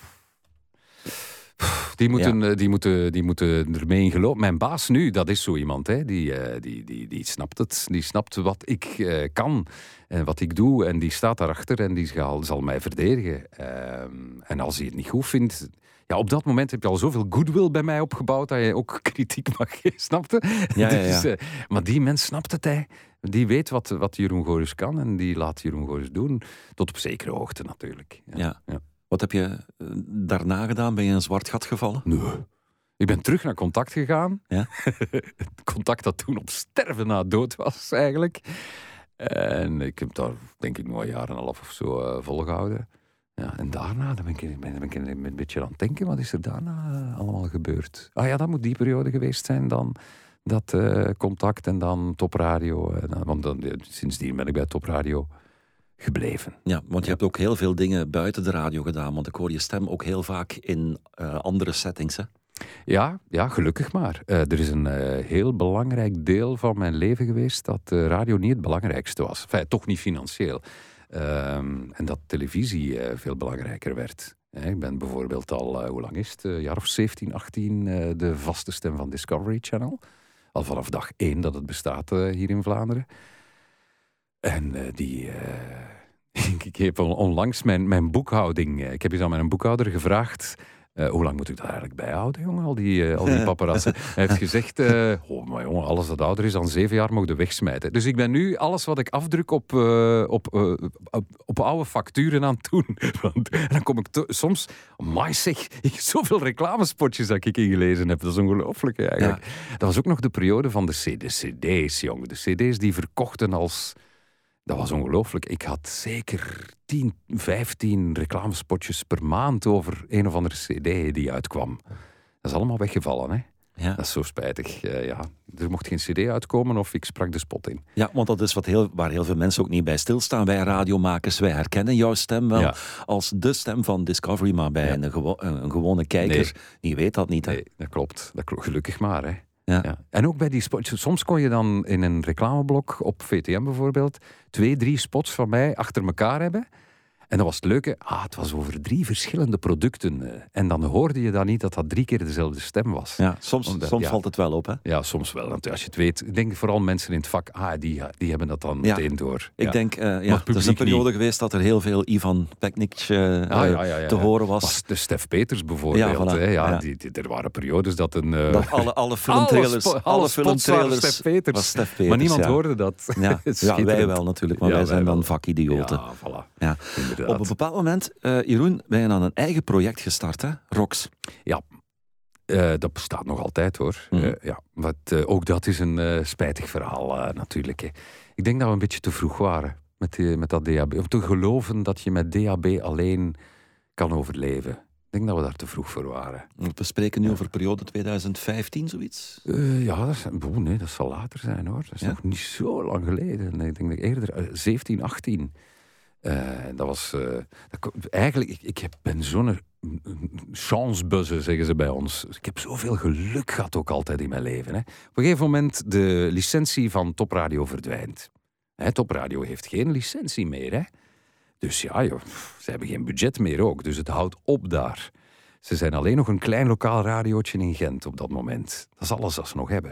Die moeten, ja. die, moeten, die moeten ermee in geloven. Mijn baas nu, dat is zo iemand. Hè. Die, uh, die, die, die snapt het. Die snapt wat ik uh, kan en wat ik doe. En die staat daarachter en die zal, zal mij verdedigen. Uh, en als hij het niet goed vindt... Ja, op dat moment heb je al zoveel goodwill bij mij opgebouwd dat je ook kritiek mag geven, snapte? Ja, ja, ja. dus, uh, maar die mens snapt het, hè. Die weet wat, wat Jeroen Gooris kan en die laat Jeroen Gooris doen. Tot op zekere hoogte natuurlijk. Ja. Ja. Ja. Wat heb je daarna gedaan? Ben je in een zwart gat gevallen? Nee. Ik ben terug naar Contact gegaan. Ja? Contact dat toen op sterven na dood was, eigenlijk. En ik heb daar, denk ik, nog een jaar en een half of zo uh, volgehouden. Ja, en daarna dan ben, ik, ben, ben ik een beetje aan het denken. Wat is er daarna uh, allemaal gebeurd? Ah ja, dat moet die periode geweest zijn dan. Dat uh, Contact en dan Topradio. Uh, want dan, uh, sindsdien ben ik bij Topradio gebleven. Ja, want je ja. hebt ook heel veel dingen buiten de radio gedaan. Want ik hoor je stem ook heel vaak in uh, andere settings, hè? Ja, ja, gelukkig maar. Uh, er is een uh, heel belangrijk deel van mijn leven geweest dat uh, radio niet het belangrijkste was. Enfin, toch niet financieel. Um, en dat televisie uh, veel belangrijker werd. Uh, ik ben bijvoorbeeld al, uh, hoe lang is het? Een uh, jaar of zeventien, achttien uh, de vaste stem van Discovery Channel. Al vanaf dag één dat het bestaat uh, hier in Vlaanderen. En uh, die... Uh, ik heb onlangs mijn, mijn boekhouding... Uh, ik heb eens aan mijn boekhouder gevraagd... Uh, hoe lang moet ik dat eigenlijk bijhouden, jongen? Al die, uh, al die paparazzen. Hij heeft gezegd... Uh, oh, maar jongen, alles dat ouder is dan zeven jaar mogen wegsmijten. Dus ik ben nu alles wat ik afdruk op, uh, op, uh, op, op oude facturen aan het doen. Want, en dan kom ik to- soms... Amai zeg, ik heb zoveel reclamespotjes dat ik ingelezen heb. Dat is ongelooflijk eigenlijk. Ja. Dat was ook nog de periode van de, C- de cd's, jongen. De cd's die verkochten als... Dat was ongelooflijk. Ik had zeker tien, vijftien reclamespotjes per maand over een of andere cd die uitkwam. Dat is allemaal weggevallen, hè? Ja. Dat is zo spijtig. Uh, ja. Er mocht geen cd uitkomen of ik sprak de spot in. Ja, want dat is wat heel, waar heel veel mensen ook niet bij stilstaan. Wij radiomakers, wij herkennen jouw stem wel ja. als de stem van Discovery, maar bij ja. een, gewo- een gewone kijker, nee. die weet dat niet. Hè? Nee, dat klopt. Dat klopt. Gelukkig maar, hè. Ja. Ja. En ook bij die spots. Soms kon je dan in een reclameblok op V T M bijvoorbeeld twee, drie spots van mij achter elkaar hebben. En dat was het leuke. Ah, het was over drie verschillende producten. En dan hoorde je dan niet dat dat drie keer dezelfde stem was. Ja, soms Omdat, soms ja, valt het wel op, hè? Ja, soms wel. Want als je het weet, ik denk vooral mensen in het vak, ah, die, die hebben dat dan ja. meteen door. Ik ja. denk, uh, ja, er is een periode niet. geweest dat er heel veel Ivan Peknic uh, ah, ja, ja, ja, ja. te horen was. was de Stef Peters bijvoorbeeld. Ja, voilà. Hè? Ja, ja. Die, die, er waren periodes dat een... Uh, dat alle, alle filmtrailers... alle, spo- alle filmtrailers was Stef Peters. Was Stef Peters. Maar niemand ja. hoorde dat. Ja. ja, wij wel natuurlijk, maar ja, wij zijn wij dan vakidioten. Ja, voilà. Ja. Op een bepaald moment, uh, Jeroen, ben je aan een eigen project gestart, hè? Rox. Ja. Uh, dat bestaat nog altijd, hoor. Mm. Uh, ja. Wat, uh, ook dat is een uh, spijtig verhaal, uh, natuurlijk. Hè. Ik denk dat we een beetje te vroeg waren met, die, met dat D A B. Om te geloven dat je met D A B alleen kan overleven. Ik denk dat we daar te vroeg voor waren. We spreken nu ja. over periode twintig vijftien, zoiets? Uh, ja, dat, is, boe, nee, dat zal later zijn, hoor. Dat is ja? nog niet zo lang geleden. Nee, ik denk dat eerder uh, zeventien, achttien. Uh, dat was... Uh, dat, eigenlijk, ik, ik ben zo'n chancebuzzer, zeggen ze bij ons. Ik heb zoveel geluk gehad ook altijd in mijn leven. Hè. Op een gegeven moment de licentie van Topradio verdwijnt. Hè, Topradio heeft geen licentie meer. Hè. Dus ja, joh, ze hebben geen budget meer ook. Dus het houdt op daar. Ze zijn alleen nog een klein lokaal radiootje in Gent op dat moment. Dat is alles wat ze nog hebben.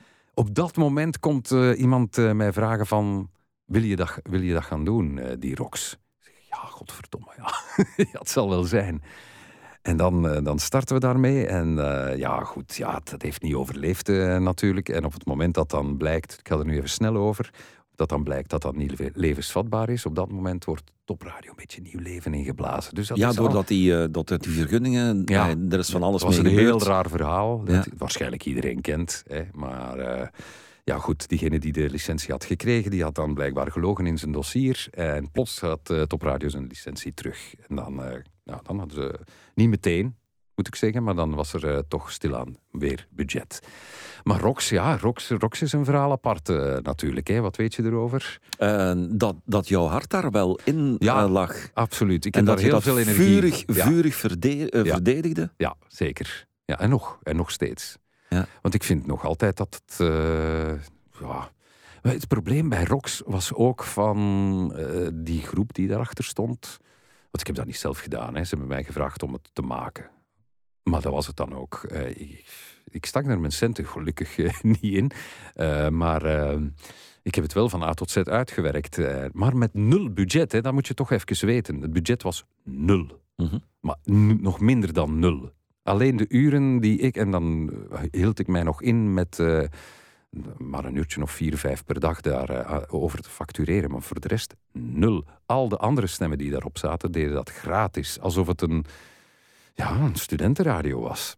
Op dat moment komt uh, iemand uh, mij vragen van... Wil je dat, wil je dat gaan doen, uh, die Rox? Ik zeg, ja, godverdomme, ja. ja, het zal wel zijn. En dan, uh, dan starten we daarmee. En uh, ja, goed, ja, dat heeft niet overleefd uh, natuurlijk. En op het moment dat dan blijkt, ik ga er nu even snel over, dat dan blijkt dat dat niet levensvatbaar is, op dat moment wordt Topradio een beetje nieuw leven ingeblazen. Dus dat ja, is doordat al... die, uh, dat die vergunningen, ja, nee, er is van alles mee gebeurd. gebeurd. Dat was een heel raar verhaal, dat ja. waarschijnlijk iedereen kent. Hè, maar... Uh, Ja goed, diegene die de licentie had gekregen, die had dan blijkbaar gelogen in zijn dossier. En plots had uh, Topradio zijn licentie terug. En dan, uh, nou, dan hadden ze, niet meteen, moet ik zeggen, maar dan was er uh, toch stilaan weer budget. Maar Rox, ja, Rox, Rox is een verhaal apart uh, natuurlijk. Hè. Wat weet je erover? Uh, dat, dat jouw hart daar wel in ja, uh, lag. Absoluut. Ik en heb dat daar heel je dat veel energie... vurig, ja. vurig verde- uh, ja. verdedigde? Ja, zeker. Ja, en nog. En nog steeds. Ja. Want ik vind nog altijd dat het... Uh, ja, het probleem bij Rox was ook van uh, die groep die daarachter stond. Want ik heb dat niet zelf gedaan. Hè. Ze hebben mij gevraagd om het te maken. Maar dat was het dan ook. Uh, ik, ik stak er mijn centen gelukkig uh, niet in. Uh, maar uh, ik heb het wel van A tot Z uitgewerkt. Uh, maar met nul budget, hè, dat moet je toch even weten. Het budget was nul. Mm-hmm. Maar n- nog minder dan nul. Alleen de uren die ik... En dan hield ik mij nog in met... Uh, maar een uurtje of vier, vijf per dag daarover uh, te factureren. Maar voor de rest nul. Al de andere stemmen die daarop zaten, deden dat gratis. Alsof het een, ja, een studentenradio was.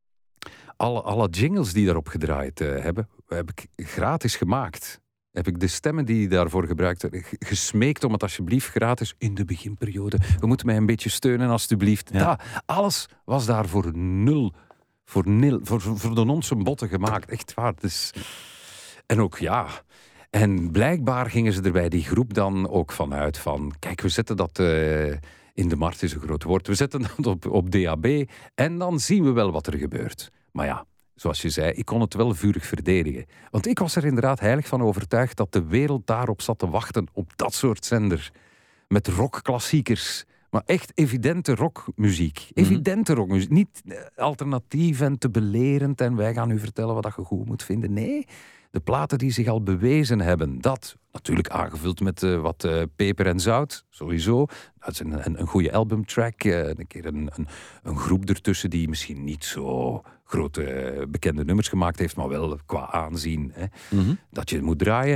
Alle, alle jingles die daarop gedraaid uh, hebben, heb ik gratis gemaakt. Heb ik de stemmen die daarvoor gebruikt werden, gesmeekt om het alsjeblieft gratis in de beginperiode. We moeten mij een beetje steunen, alsjeblieft. Ja. Da, alles was daar voor nul. Voor, nil, voor, voor de nonse botten gemaakt. Echt waar. Dus... En ook ja. En blijkbaar gingen ze er bij die groep dan ook vanuit van... Kijk, we zetten dat... Uh, in de markt is een groot woord. We zetten dat op, op D A B en dan zien we wel wat er gebeurt. Maar ja, zoals je zei, ik kon het wel vurig verdedigen. Want ik was er inderdaad heilig van overtuigd dat de wereld daarop zat te wachten, op dat soort zender. Met rockklassiekers... Maar echt evidente rockmuziek. Evidente rockmuziek. Niet alternatief en te belerend en wij gaan u vertellen wat je goed moet vinden. Nee, de platen die zich al bewezen hebben. Dat, natuurlijk aangevuld met uh, wat uh, peper en zout, sowieso. Dat is een, een, een goede albumtrack. Uh, een keer een, een, een groep ertussen die misschien niet zo grote uh, bekende nummers gemaakt heeft, maar wel qua aanzien. Hè, mm-hmm. Dat je moet draaien.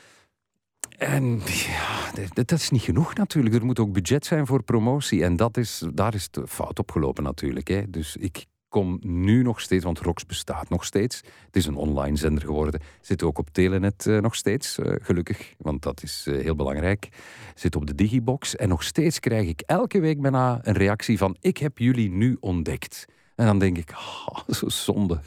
En ja, dat, dat is niet genoeg natuurlijk. Er moet ook budget zijn voor promotie. En dat is, daar is het fout opgelopen natuurlijk. Hè. Dus ik kom nu nog steeds, want ROX bestaat nog steeds. Het is een online zender geworden. Zit ook op Telenet uh, nog steeds, uh, gelukkig, want dat is uh, heel belangrijk. Zit op de Digibox en nog steeds krijg ik elke week bijna een reactie van ik heb jullie nu ontdekt. En dan denk ik, oh, zo zonde.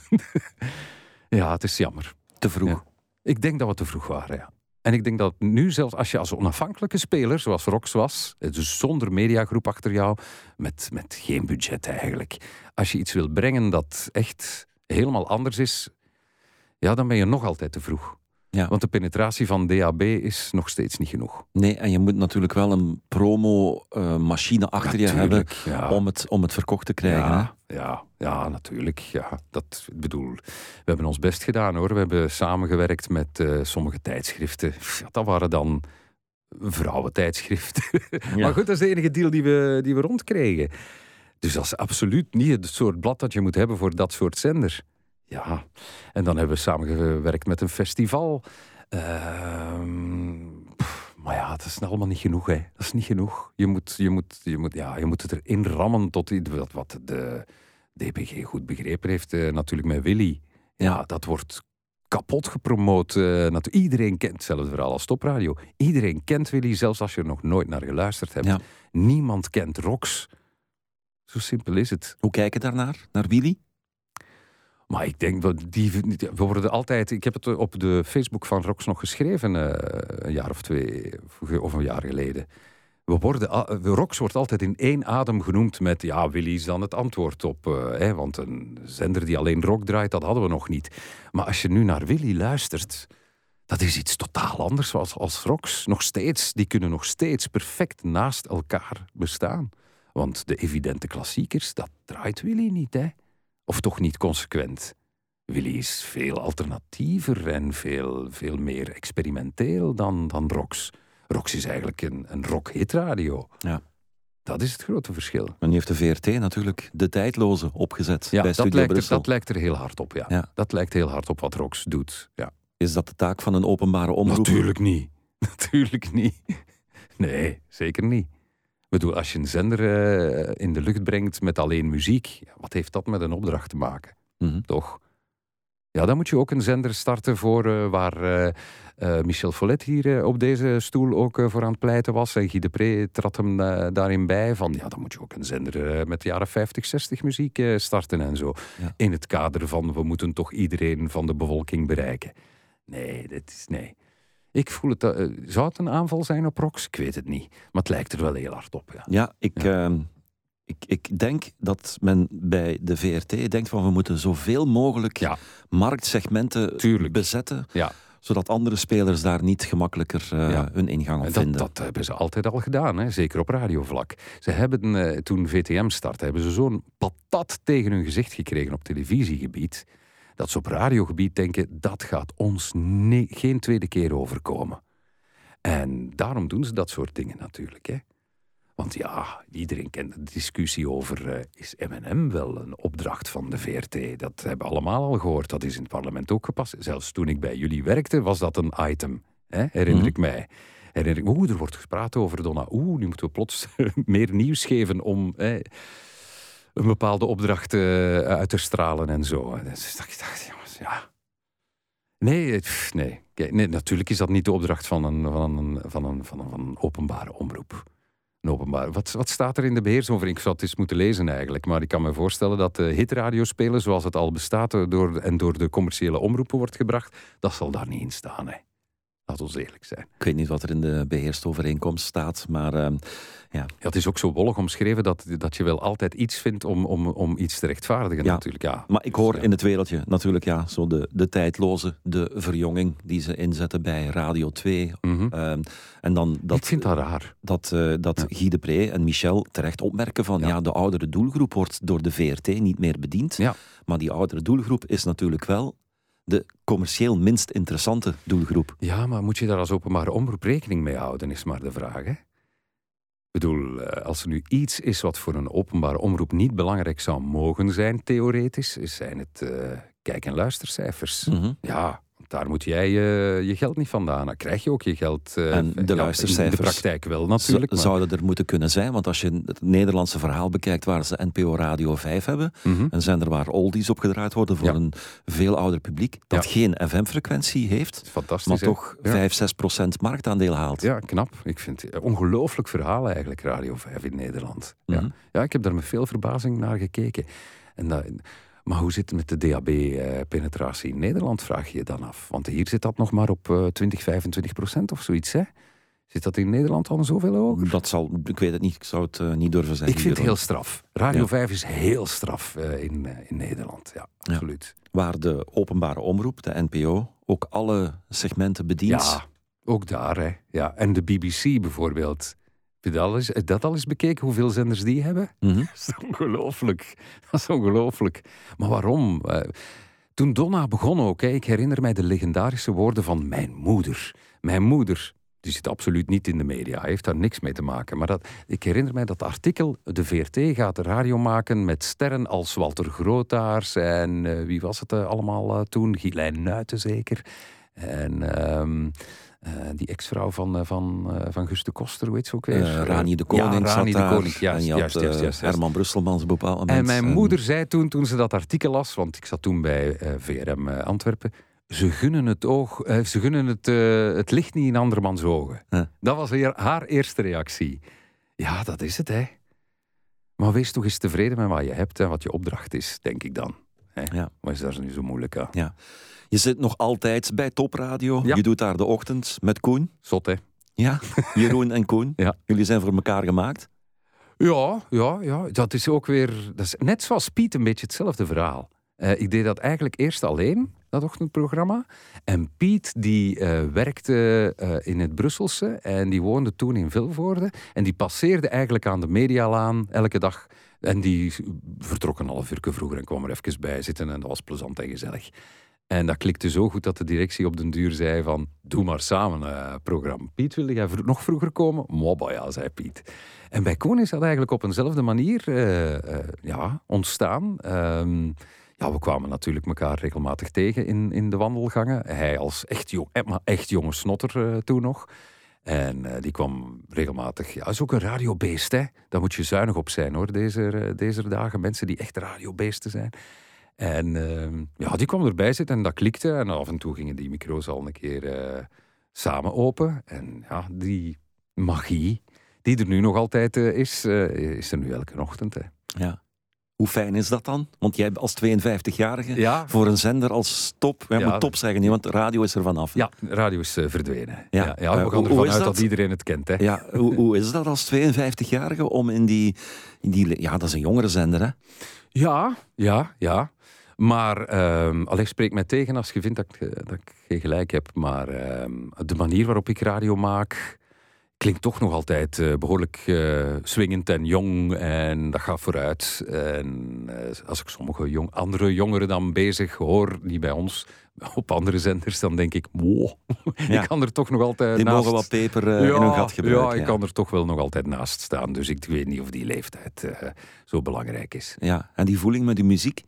Ja, het is jammer. Te vroeg. Ja. Ik denk dat we te vroeg waren, ja. En ik denk dat nu zelfs als je als onafhankelijke speler, zoals ROX was, dus zonder mediagroep achter jou, met, met geen budget eigenlijk, als je iets wil brengen dat echt helemaal anders is, ja, dan ben je nog altijd te vroeg. Ja. Want de penetratie van D A B is nog steeds niet genoeg. Nee, en je moet natuurlijk wel een promo-machine uh, achter natuurlijk, je hebben ja. om, het, om het verkocht te krijgen. Ja, hè? ja, ja, natuurlijk. Ja. Dat, ik bedoel, we hebben ons best gedaan hoor. We hebben samengewerkt met uh, sommige tijdschriften. Ja, dat waren dan vrouwentijdschriften. Ja. Maar goed, dat is de enige deal die we, die we rondkregen. Dus dat is absoluut niet het soort blad dat je moet hebben voor dat soort zender. Ja, en dan hebben we samengewerkt met een festival. Uh, pff, maar ja, dat is allemaal niet genoeg, hè. Dat is niet genoeg. Je moet, je moet, je moet, ja, je moet het erin rammen tot wat, wat de D P G goed begrepen heeft. Uh, natuurlijk met Willy. Ja, ja, dat wordt kapot gepromoot. Uh, iedereen kent hetzelfde verhaal als Stopradio. Iedereen kent Willy, zelfs als je er nog nooit naar geluisterd hebt. Ja. Niemand kent ROX. Zo simpel is het. Hoe kijken daarnaar? Naar Willy? Maar ik denk, dat die, we worden altijd... Ik heb het op de Facebook van ROX nog geschreven, uh, een jaar of twee, of een jaar geleden. We worden, ROX wordt altijd in één adem genoemd met... Ja, Willy is dan het antwoord op... Uh, hè, want een zender die alleen rock draait, dat hadden we nog niet. Maar als je nu naar Willy luistert... Dat is iets totaal anders zoals als ROX. Nog steeds, die kunnen nog steeds perfect naast elkaar bestaan. Want de evidente klassiekers, dat draait Willy niet, hè. Of toch niet consequent. Willy is veel alternatiever en veel, veel meer experimenteel dan, dan ROX. ROX is eigenlijk een, een rock-hitradio. Ja. Dat is het grote verschil. En nu heeft de V R T natuurlijk de tijdloze opgezet Ja, bij dat Studio lijkt, er, Brussel. dat lijkt er heel hard op, ja. Ja. Dat lijkt heel hard op wat ROX doet, ja. Is dat de taak van een openbare omroep? Natuurlijk niet. Natuurlijk niet. Nee, zeker niet. Ik bedoel, als je een zender uh, in de lucht brengt met alleen muziek, wat heeft dat met een opdracht te maken? Mm-hmm. Toch? Ja, dan moet je ook een zender starten voor uh, waar uh, uh, Michel Follet hier uh, op deze stoel ook uh, voor aan het pleiten was. En Guy de Pre trad hem uh, daarin bij. Van ja, dan moet je ook een zender uh, met de jaren vijftig, zestig muziek uh, starten en zo. Ja. In het kader van we moeten toch iedereen van de bevolking bereiken. Nee, dat is nee. Ik voel het... Uh, zou het een aanval zijn op ROX? Ik weet het niet. Maar het lijkt er wel heel hard op. Ja, Ja, ik, Ja. Uh, ik, ik denk dat men bij de V R T denkt van we moeten zoveel mogelijk Ja. marktsegmenten Tuurlijk. bezetten, ja. zodat andere spelers daar niet gemakkelijker uh, Ja. hun ingang op En vinden. dat, dat hebben ze altijd al gedaan, hè? Zeker op radiovlak. Ze hebben, uh, toen V T M startte, hebben ze zo'n patat tegen hun gezicht gekregen op televisiegebied, dat ze op radiogebied denken, dat gaat ons ne- geen tweede keer overkomen. En daarom doen ze dat soort dingen natuurlijk, hè. Want ja, iedereen kent de discussie over... Uh, is M en M wel een opdracht van de V R T? Dat hebben we allemaal al gehoord. Dat is in het parlement ook gepast. Zelfs toen ik bij jullie werkte, was dat een item. Hè? Herinner Mm-hmm. ik mij. Herinner ik me, oeh, er wordt gepraat over Donna. Oeh, nu moeten we plots meer nieuws geven om... Hè, een bepaalde opdracht uh, uit te stralen en zo. Dus ik dacht, jongens, ja... Nee, pff, nee. Kijk, nee, natuurlijk is dat niet de opdracht van een, van een, van een, van een, van een openbare omroep. Een openbare. Wat, wat staat er in de beheersovereenkomst? Ik zou het eens moeten lezen eigenlijk. Maar ik kan me voorstellen dat de hitradio spelen zoals het al bestaat door, en door de commerciële omroepen wordt gebracht, dat zal daar niet in staan. Hè. Laat ons eerlijk zijn. Ik weet niet wat er in de beheersovereenkomst staat, maar uh, ja. Ja, het is ook zo wollig omschreven dat, dat je wel altijd iets vindt om, om, om iets te rechtvaardigen. Ja. Natuurlijk. Ja. Maar ik hoor Ja. in het wereldje natuurlijk ja, zo de, de tijdloze, de verjonging die ze inzetten bij Radio twee. Mm-hmm. Uh, en dan dat, ik vind dat raar. dat, uh, dat Ja. Guy de Pre en Michel terecht opmerken van ja. Ja. de oudere doelgroep wordt door de V R T niet meer bediend. Ja. Maar die oudere doelgroep is natuurlijk wel de commercieel minst interessante doelgroep. Ja, maar moet je daar als openbare omroep rekening mee houden, is maar de vraag, hè? Ik bedoel, als er nu iets is wat voor een openbare omroep niet belangrijk zou mogen zijn, theoretisch, zijn het uh, kijk- en luistercijfers. Mm-hmm. Ja, daar moet jij uh, je geld niet vandaan halen. Krijg je ook je geld uh, en de ja, luistercijfers in de praktijk wel natuurlijk. Z- zouden er moeten kunnen zijn, want als je het Nederlandse verhaal bekijkt waar ze N P O Radio vijf hebben, mm-hmm. een zender waar oldies opgedraaid worden voor ja. een veel ouder publiek, dat ja. geen F M-frequentie heeft, maar toch ja. vijf, zes procent marktaandeel haalt. Ja, knap. Ik vind het een ongelooflijk verhaal eigenlijk, Radio vijf in Nederland. Mm-hmm. Ja. ja, ik heb daar met veel verbazing naar gekeken. En dat... Maar hoe zit het met de D A B-penetratie in Nederland, vraag je je dan af. Want hier zit dat nog maar op uh, twintig, vijfentwintig procent of zoiets, hè? Zit dat in Nederland al zoveel hoger? Dat zal, ik weet het niet, ik zou het uh, niet durven zeggen. Ik vind het heel straf. Radio ja. vijf is heel straf uh, in, uh, in Nederland, ja, absoluut. Ja. Waar de openbare omroep, de N P O, ook alle segmenten bedient. Ja, ook daar, hè. Ja. En de B B C bijvoorbeeld... Heb je dat al eens, dat al eens bekeken, hoeveel zenders die hebben? Mm-hmm. Dat is ongelooflijk. Dat is ongelooflijk. Maar waarom? Uh, toen Donna begon ook, hè, ik herinner mij de legendarische woorden van mijn moeder. Mijn moeder, die zit absoluut niet in de media, heeft daar niks mee te maken. Maar dat, ik herinner mij dat artikel, de V R T gaat de radio maken met sterren als Walter Grootaars en uh, wie was het uh, allemaal uh, toen? Ghislaine Nuiten zeker. En... Um, Uh, die ex-vrouw van, uh, van, uh, van Gus de Koster, hoe heet ze ook weer? Uh, Rani de Koning ja, Rani zat de Koning. Ja, en je juist, had, juist, uh, juist, juist. Herman Brusselmans op een bepaald moment. En mijn en... moeder zei toen, toen ze dat artikel las, want ik zat toen bij uh, V R M uh, Antwerpen, ze gunnen het, oog, uh, ze gunnen het, uh, het licht niet in andermans ogen. Huh. Dat was haar, haar eerste reactie. Ja, dat is het, hè. Maar wees toch eens tevreden met wat je hebt en wat je opdracht is, denk ik dan. Hè? Ja. Wat is daar nu zo moeilijk aan? Ja. Je zit nog altijd bij Top Radio. Ja. Je doet daar de ochtend met Koen. Zot, hè? Ja, Jeroen en Koen. Ja. Jullie zijn voor elkaar gemaakt. Ja, ja, ja. Dat is ook weer... Dat is net zoals Piet een beetje hetzelfde verhaal. Uh, ik deed dat eigenlijk eerst alleen, dat ochtendprogramma. En Piet, die uh, werkte uh, in het Brusselse en die woonde toen in Vilvoorde. En die passeerde eigenlijk aan de Medialaan elke dag. En die vertrok een half uur vroeger en kwam er even bij zitten. En dat was plezant en gezellig. En dat klikte zo goed dat de directie op den duur zei van... Doe maar samen een uh, programma. Piet, wilde jij vro- nog vroeger komen? Mobba, ja, zei Piet. En bij Koen is dat eigenlijk op eenzelfde manier uh, uh, ja, ontstaan. Um, ja, we kwamen natuurlijk elkaar regelmatig tegen in, in de wandelgangen. Hij als echt, jong, maar echt jonge snotter uh, toen nog. En uh, die kwam regelmatig... Ja, is ook een radiobeest, hè. Daar moet je zuinig op zijn, hoor, deze, uh, deze dagen. Mensen die echt radiobeesten zijn. En uh, ja, die kwam erbij zitten en dat klikte. En af en toe gingen die micro's al een keer uh, samen open. En ja, die magie die er nu nog altijd uh, is, uh, is er nu elke ochtend. Hè. Ja. Hoe fijn is dat dan? Want jij als tweeënvijftigjarige ja. voor een zender als Top... Jij ja, moet Top zeggen, want radio is er vanaf. Ja, radio is uh, verdwenen. Ja. Ja, ja, we gaan uh, ervan uit dat? dat iedereen het kent. Hè. Ja, hoe, hoe is dat als tweeënvijftigjarige om in die, in die... Ja, dat is een jongere zender, hè? Ja, ja, ja. Maar, um, allee, spreek mij tegen als je vindt dat ik, dat ik geen gelijk heb. Maar um, de manier waarop ik radio maak... klinkt toch nog altijd uh, behoorlijk uh, swingend en jong. En dat gaat vooruit. En uh, als ik sommige jong, andere jongeren dan bezig hoor, niet bij ons, op andere zenders, dan denk ik, wow, ja. ik kan er toch nog altijd die naast... mogen wat peper uh, ja, in hun gat gebruiken. Ja, ik ja. kan er toch wel nog altijd naast staan. Dus ik weet niet of die leeftijd uh, zo belangrijk is. Ja, en die voeling met die muziek?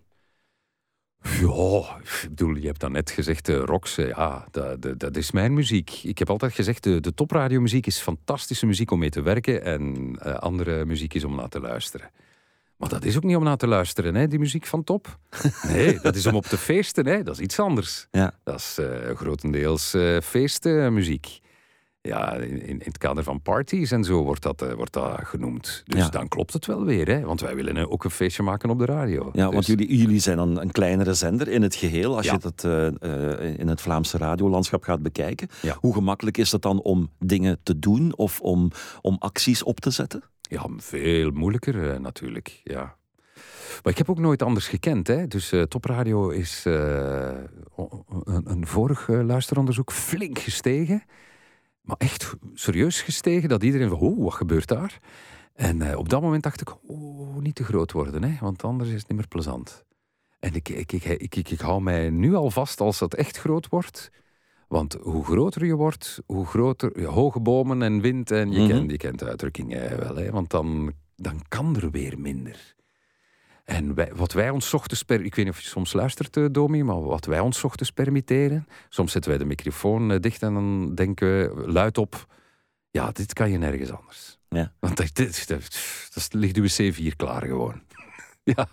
Ja, ik bedoel, je hebt dan net gezegd, uh, Rox, uh, ja, dat, dat, dat is mijn muziek. Ik heb altijd gezegd, de, de topradiomuziek is fantastische muziek om mee te werken en uh, andere muziek is om naar te luisteren. Maar dat is ook niet om naar te luisteren, hè, die muziek van Top. Nee, dat is om op te feesten, hè, dat is iets anders. Ja. Dat is uh, grotendeels uh, feestenmuziek. Ja, in, in het kader van parties en zo wordt dat, uh, wordt dat genoemd. Dus ja. dan klopt het wel weer, hè? Want wij willen uh, ook een feestje maken op de radio. Ja, dus... want jullie, jullie zijn dan een kleinere zender in het geheel, als ja. je het uh, uh, in het Vlaamse radiolandschap gaat bekijken. Ja. Hoe gemakkelijk is het dan om dingen te doen of om, om acties op te zetten? Ja, veel moeilijker uh, natuurlijk, ja. Maar ik heb ook nooit anders gekend, hè. Dus uh, Topradio is uh, een, een vorig uh, luisteronderzoek flink gestegen. Maar echt serieus gestegen, dat iedereen van, oh, wat gebeurt daar? En uh, op dat moment dacht ik, oh, niet te groot worden, hè, want anders is het niet meer plezant. En ik, ik, ik, ik, ik, ik hou mij nu al vast als het echt groot wordt. Want hoe groter je wordt, hoe groter... Ja, hoge bomen en wind, en je, mm-hmm. kent, je kent de uitdrukking wel, hè, want dan, dan kan er weer minder. En wij, wat wij ons ochtends... Per, ik weet niet of je soms luistert, uh, Domi, maar wat wij ons ochtends permitteren... Soms zetten wij de microfoon uh, dicht en dan denken we luid op... Ja, dit kan je nergens anders. Ja. Want dat, dit, dat, dat ligt uw C vier klaar gewoon. Ja.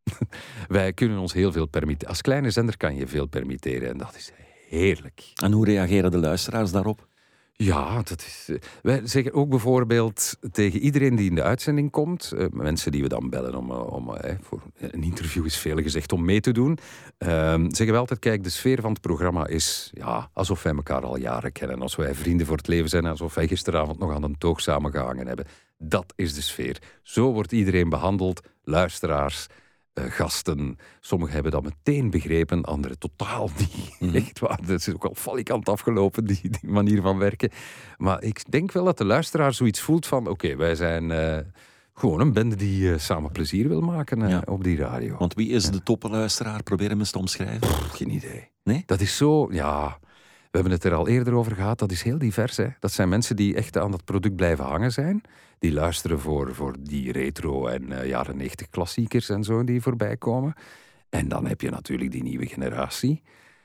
Wij kunnen ons heel veel permitteren. Als kleine zender kan je veel permitteren en dat is heerlijk. En hoe reageren de luisteraars daarop? Ja, dat is... Uh, wij zeggen ook bijvoorbeeld tegen iedereen die in de uitzending komt... Uh, mensen die we dan bellen om... Uh, om uh, voor een interview is veel gezegd om mee te doen. Uh, zeggen we altijd, kijk, de sfeer van het programma is... Ja, alsof wij elkaar al jaren kennen. Alsof wij vrienden voor het leven zijn. Alsof wij gisteravond nog aan een toog samengehangen hebben. Dat is de sfeer. Zo wordt iedereen behandeld. Luisteraars... Uh, gasten. Sommigen hebben dat meteen begrepen, anderen totaal niet. Mm-hmm. Echt waar, dat is ook al valikant afgelopen, die, die manier van werken. Maar ik denk wel dat de luisteraar zoiets voelt van... Oké, okay, wij zijn uh, gewoon een bende die uh, samen plezier wil maken uh, ja. op die radio. Want wie is ja. de toppenluisteraar? Probeer hem eens te omschrijven. Pff, geen idee. Nee? Dat is zo, ja... We hebben het er al eerder over gehad, dat is heel divers. Hè? Dat zijn mensen die echt aan dat product blijven hangen zijn. Die luisteren voor, voor die retro en uh, jaren negentig klassiekers en zo die voorbij komen. En dan heb je natuurlijk die nieuwe generatie.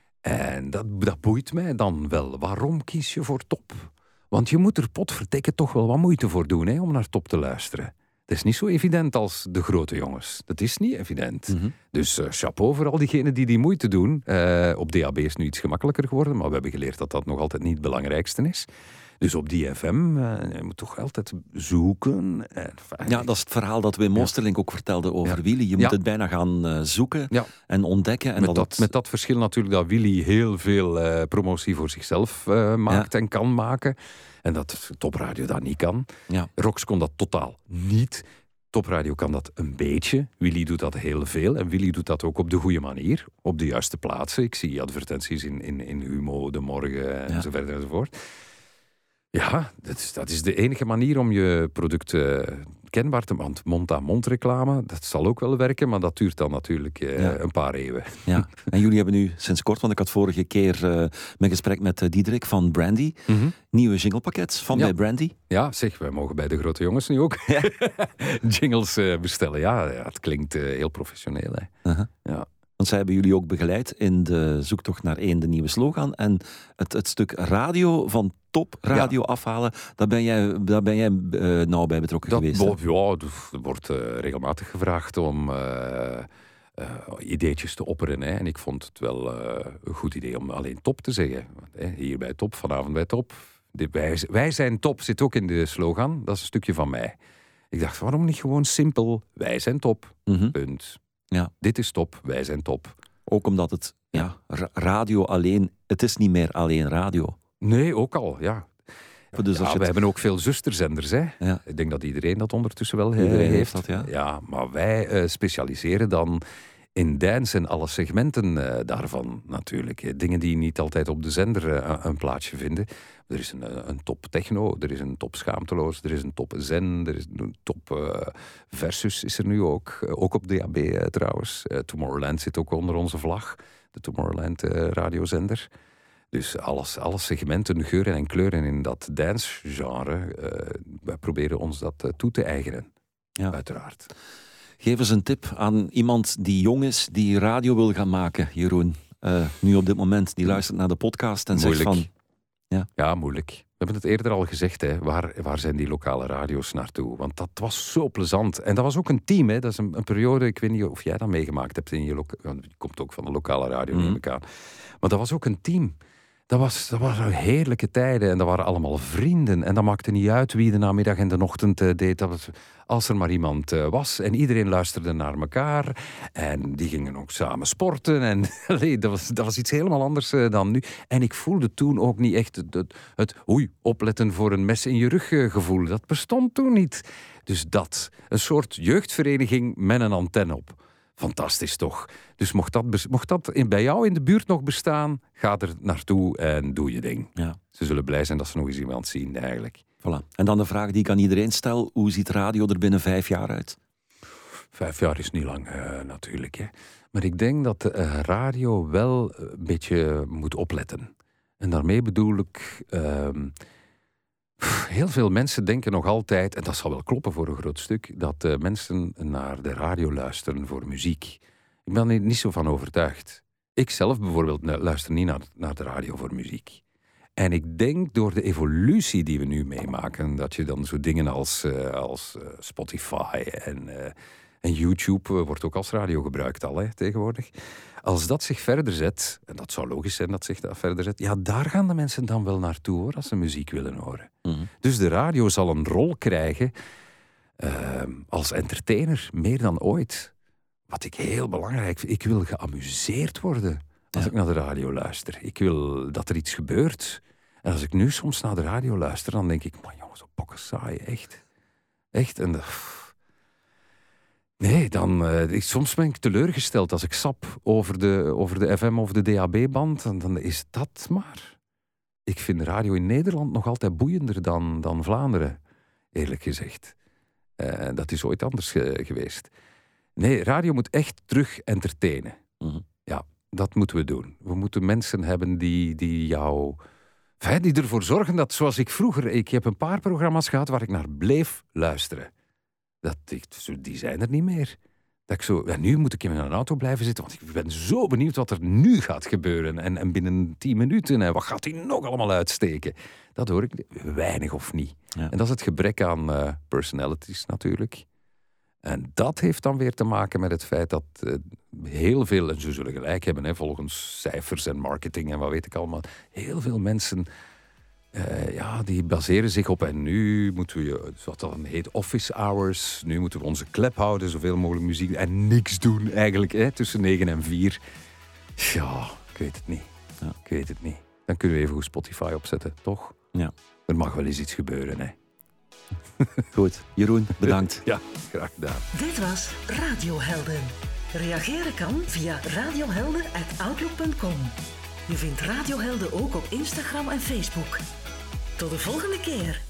En dat, dat boeit mij dan wel. Waarom kies je voor top? Want je moet er potverdikke toch wel wat moeite voor doen hè, om naar top te luisteren. Het is niet zo evident als de grote jongens. Dat is niet evident. Mm-hmm. Dus uh, chapeau voor al diegenen die die moeite doen. Uh, op D A B is nu iets gemakkelijker geworden, maar we hebben geleerd dat dat nog altijd niet het belangrijkste is. Dus op die F M, uh, je moet toch altijd zoeken. En, ja, dat is het verhaal dat Wim Oosterlink ja. ook vertelde over ja. Willy. Je moet ja. het bijna gaan uh, zoeken ja. en ontdekken. En met, dat dat, het... met dat verschil natuurlijk dat Willy heel veel uh, promotie voor zichzelf uh, maakt ja. en kan maken. En dat Topradio dat niet kan. Ja. Rox kon dat totaal niet. Topradio kan dat een beetje. Willy doet dat heel veel. En Willy doet dat ook op de goede manier. Op de juiste plaatsen. Ik zie advertenties in, in, in Humo, De Morgen en ja. zo verder enzovoort. Ja, dat is, dat is de enige manier om je product uh, kenbaar te maken. Mond-aan-mond reclame, dat zal ook wel werken, maar dat duurt dan natuurlijk uh, ja. een paar eeuwen. Ja. En jullie hebben nu sinds kort, want ik had vorige keer uh, mijn gesprek met uh, Diederik van Brandy, mm-hmm. nieuwe jinglepakket van ja. bij Brandy. Ja, zeg, wij mogen bij de grote jongens nu ook ja. jingles uh, bestellen. Ja, ja, het klinkt uh, heel professioneel. Hè. Uh-huh. Ja. Want zij hebben jullie ook begeleid in de zoektocht naar één, de nieuwe slogan. En het, het stuk radio van top radio ja. afhalen, daar ben jij, daar ben jij uh, nauw bij betrokken dat geweest. Bo- ja, er wordt uh, regelmatig gevraagd om uh, uh, ideetjes te opperen. Hè. En ik vond het wel uh, een goed idee om alleen top te zeggen. Hè. Hier bij top, vanavond bij top. De, wij, wij zijn top, zit ook in de slogan. Dat is een stukje van mij. Ik dacht, waarom niet gewoon simpel, wij zijn top, mm-hmm. punt. Ja. Dit is top, wij zijn top. Ook omdat het, ja, radio alleen, het is niet meer alleen radio. Nee, ook al, ja. Dus ja, we het... hebben ook veel zusterzenders, hè. Ja. Ik denk dat iedereen dat ondertussen wel iedereen heeft. heeft dat, ja. Ja, maar wij uh, specialiseren dan in dance en alle segmenten uh, daarvan natuurlijk. Dingen die niet altijd op de zender uh, een plaatsje vinden. Er is een, een top techno, er is een top schaamteloos, er is een top zen, er is een top uh, versus is er nu ook. Uh, ook op D A B uh, trouwens. Uh, Tomorrowland zit ook onder onze vlag. De Tomorrowland uh, radiozender. Dus alles, alle segmenten, geuren en kleuren in dat dance-genre. Uh, wij proberen ons dat uh, toe te eigenen. Ja. Uiteraard. Geef eens een tip aan iemand die jong is, die radio wil gaan maken, Jeroen. Uh, nu op dit moment, die luistert naar de podcast en moeilijk. zegt van... Ja. ja, moeilijk. We hebben het eerder al gezegd, hè. Waar, waar zijn die lokale radio's naartoe? Want dat was zo plezant. En dat was ook een team, hè. Dat is een, een periode, ik weet niet of jij dat meegemaakt hebt. In je, loka- je komt ook van de lokale radio, mm. neem ik aan. Maar dat was ook een team. Dat, was, dat waren heerlijke tijden en dat waren allemaal vrienden. En dat maakte niet uit wie de namiddag en de ochtend uh, deed. Dat was, als er maar iemand uh, was. En iedereen luisterde naar elkaar. En die gingen ook samen sporten. En allee, dat, was, dat was iets helemaal anders uh, dan nu. En ik voelde toen ook niet echt het, het, het oei, opletten voor een mes in je rug uh, gevoel. Dat bestond toen niet. Dus dat, een soort jeugdvereniging met een antenne op. Fantastisch toch? Dus mocht dat, mocht dat in, bij jou in de buurt nog bestaan, ga er naartoe en doe je ding. Ja. Ze zullen blij zijn dat ze nog eens iemand zien, eigenlijk. Voilà. En dan de vraag die ik aan iedereen stel, hoe ziet radio er binnen vijf jaar uit? Vijf jaar is niet lang, uh, natuurlijk. Hè. Maar ik denk dat de uh, radio wel een beetje moet opletten. En daarmee bedoel ik... Uh, Heel veel mensen denken nog altijd, en dat zal wel kloppen voor een groot stuk, dat uh, mensen naar de radio luisteren voor muziek. Ik ben er niet zo van overtuigd. Ik zelf bijvoorbeeld luister niet naar, naar de radio voor muziek. En ik denk door de evolutie die we nu meemaken, dat je dan zo dingen als, uh, als uh, Spotify en, uh, en YouTube uh, wordt ook als radio gebruikt al hè, tegenwoordig. Als dat zich verder zet, en dat zou logisch zijn dat zich dat verder zet, ja, daar gaan de mensen dan wel naartoe hoor, als ze muziek willen horen. Mm-hmm. Dus de radio zal een rol krijgen uh, als entertainer, meer dan ooit. Wat ik heel belangrijk vind, ik wil geamuseerd worden als ja. ik naar de radio luister. Ik wil dat er iets gebeurt. En als ik nu soms naar de radio luister, dan denk ik, man jongens, zo pokken saai, echt. Echt. En de, nee, dan, uh, ik, soms ben ik teleurgesteld als ik sap over de, over de F M of de D A B-band. En dan is dat maar. Ik vind radio in Nederland nog altijd boeiender dan, dan Vlaanderen, eerlijk gezegd. Uh, dat is ooit anders ge- geweest. Nee, radio moet echt terug entertainen. Mm-hmm. Ja, dat moeten we doen. We moeten mensen hebben die, die jou... Enfin, die ervoor zorgen dat, zoals ik vroeger... Ik heb een paar programma's gehad waar ik naar bleef luisteren. Dat, ik, die zijn er niet meer. Dat ik zo, ja, nu moet ik in een auto blijven zitten, want ik ben zo benieuwd wat er nu gaat gebeuren. En, en binnen tien minuten, en wat gaat hij nog allemaal uitsteken? Dat hoor ik weinig of niet. Ja. En dat is het gebrek aan uh, personalities natuurlijk. En dat heeft dan weer te maken met het feit dat uh, heel veel, en ze zullen gelijk hebben, hè, volgens cijfers en marketing en wat weet ik allemaal, heel veel mensen, uh, ja, die baseren zich op, en nu moeten we, wat dan heet, office hours, nu moeten we onze klep houden, zoveel mogelijk muziek, en niks doen eigenlijk, hè, tussen negen en vier. Ja, ik weet het niet. Ja. Ik weet het niet. Dan kunnen we even goed Spotify opzetten, toch? Ja. Er mag wel eens iets gebeuren, hè. Goed, Jeroen, bedankt. Ja, graag gedaan. Dit was Radiohelden. Reageren kan via radiohelden at outlook punt com. Je vindt Radiohelden ook op Instagram en Facebook. Tot de volgende keer.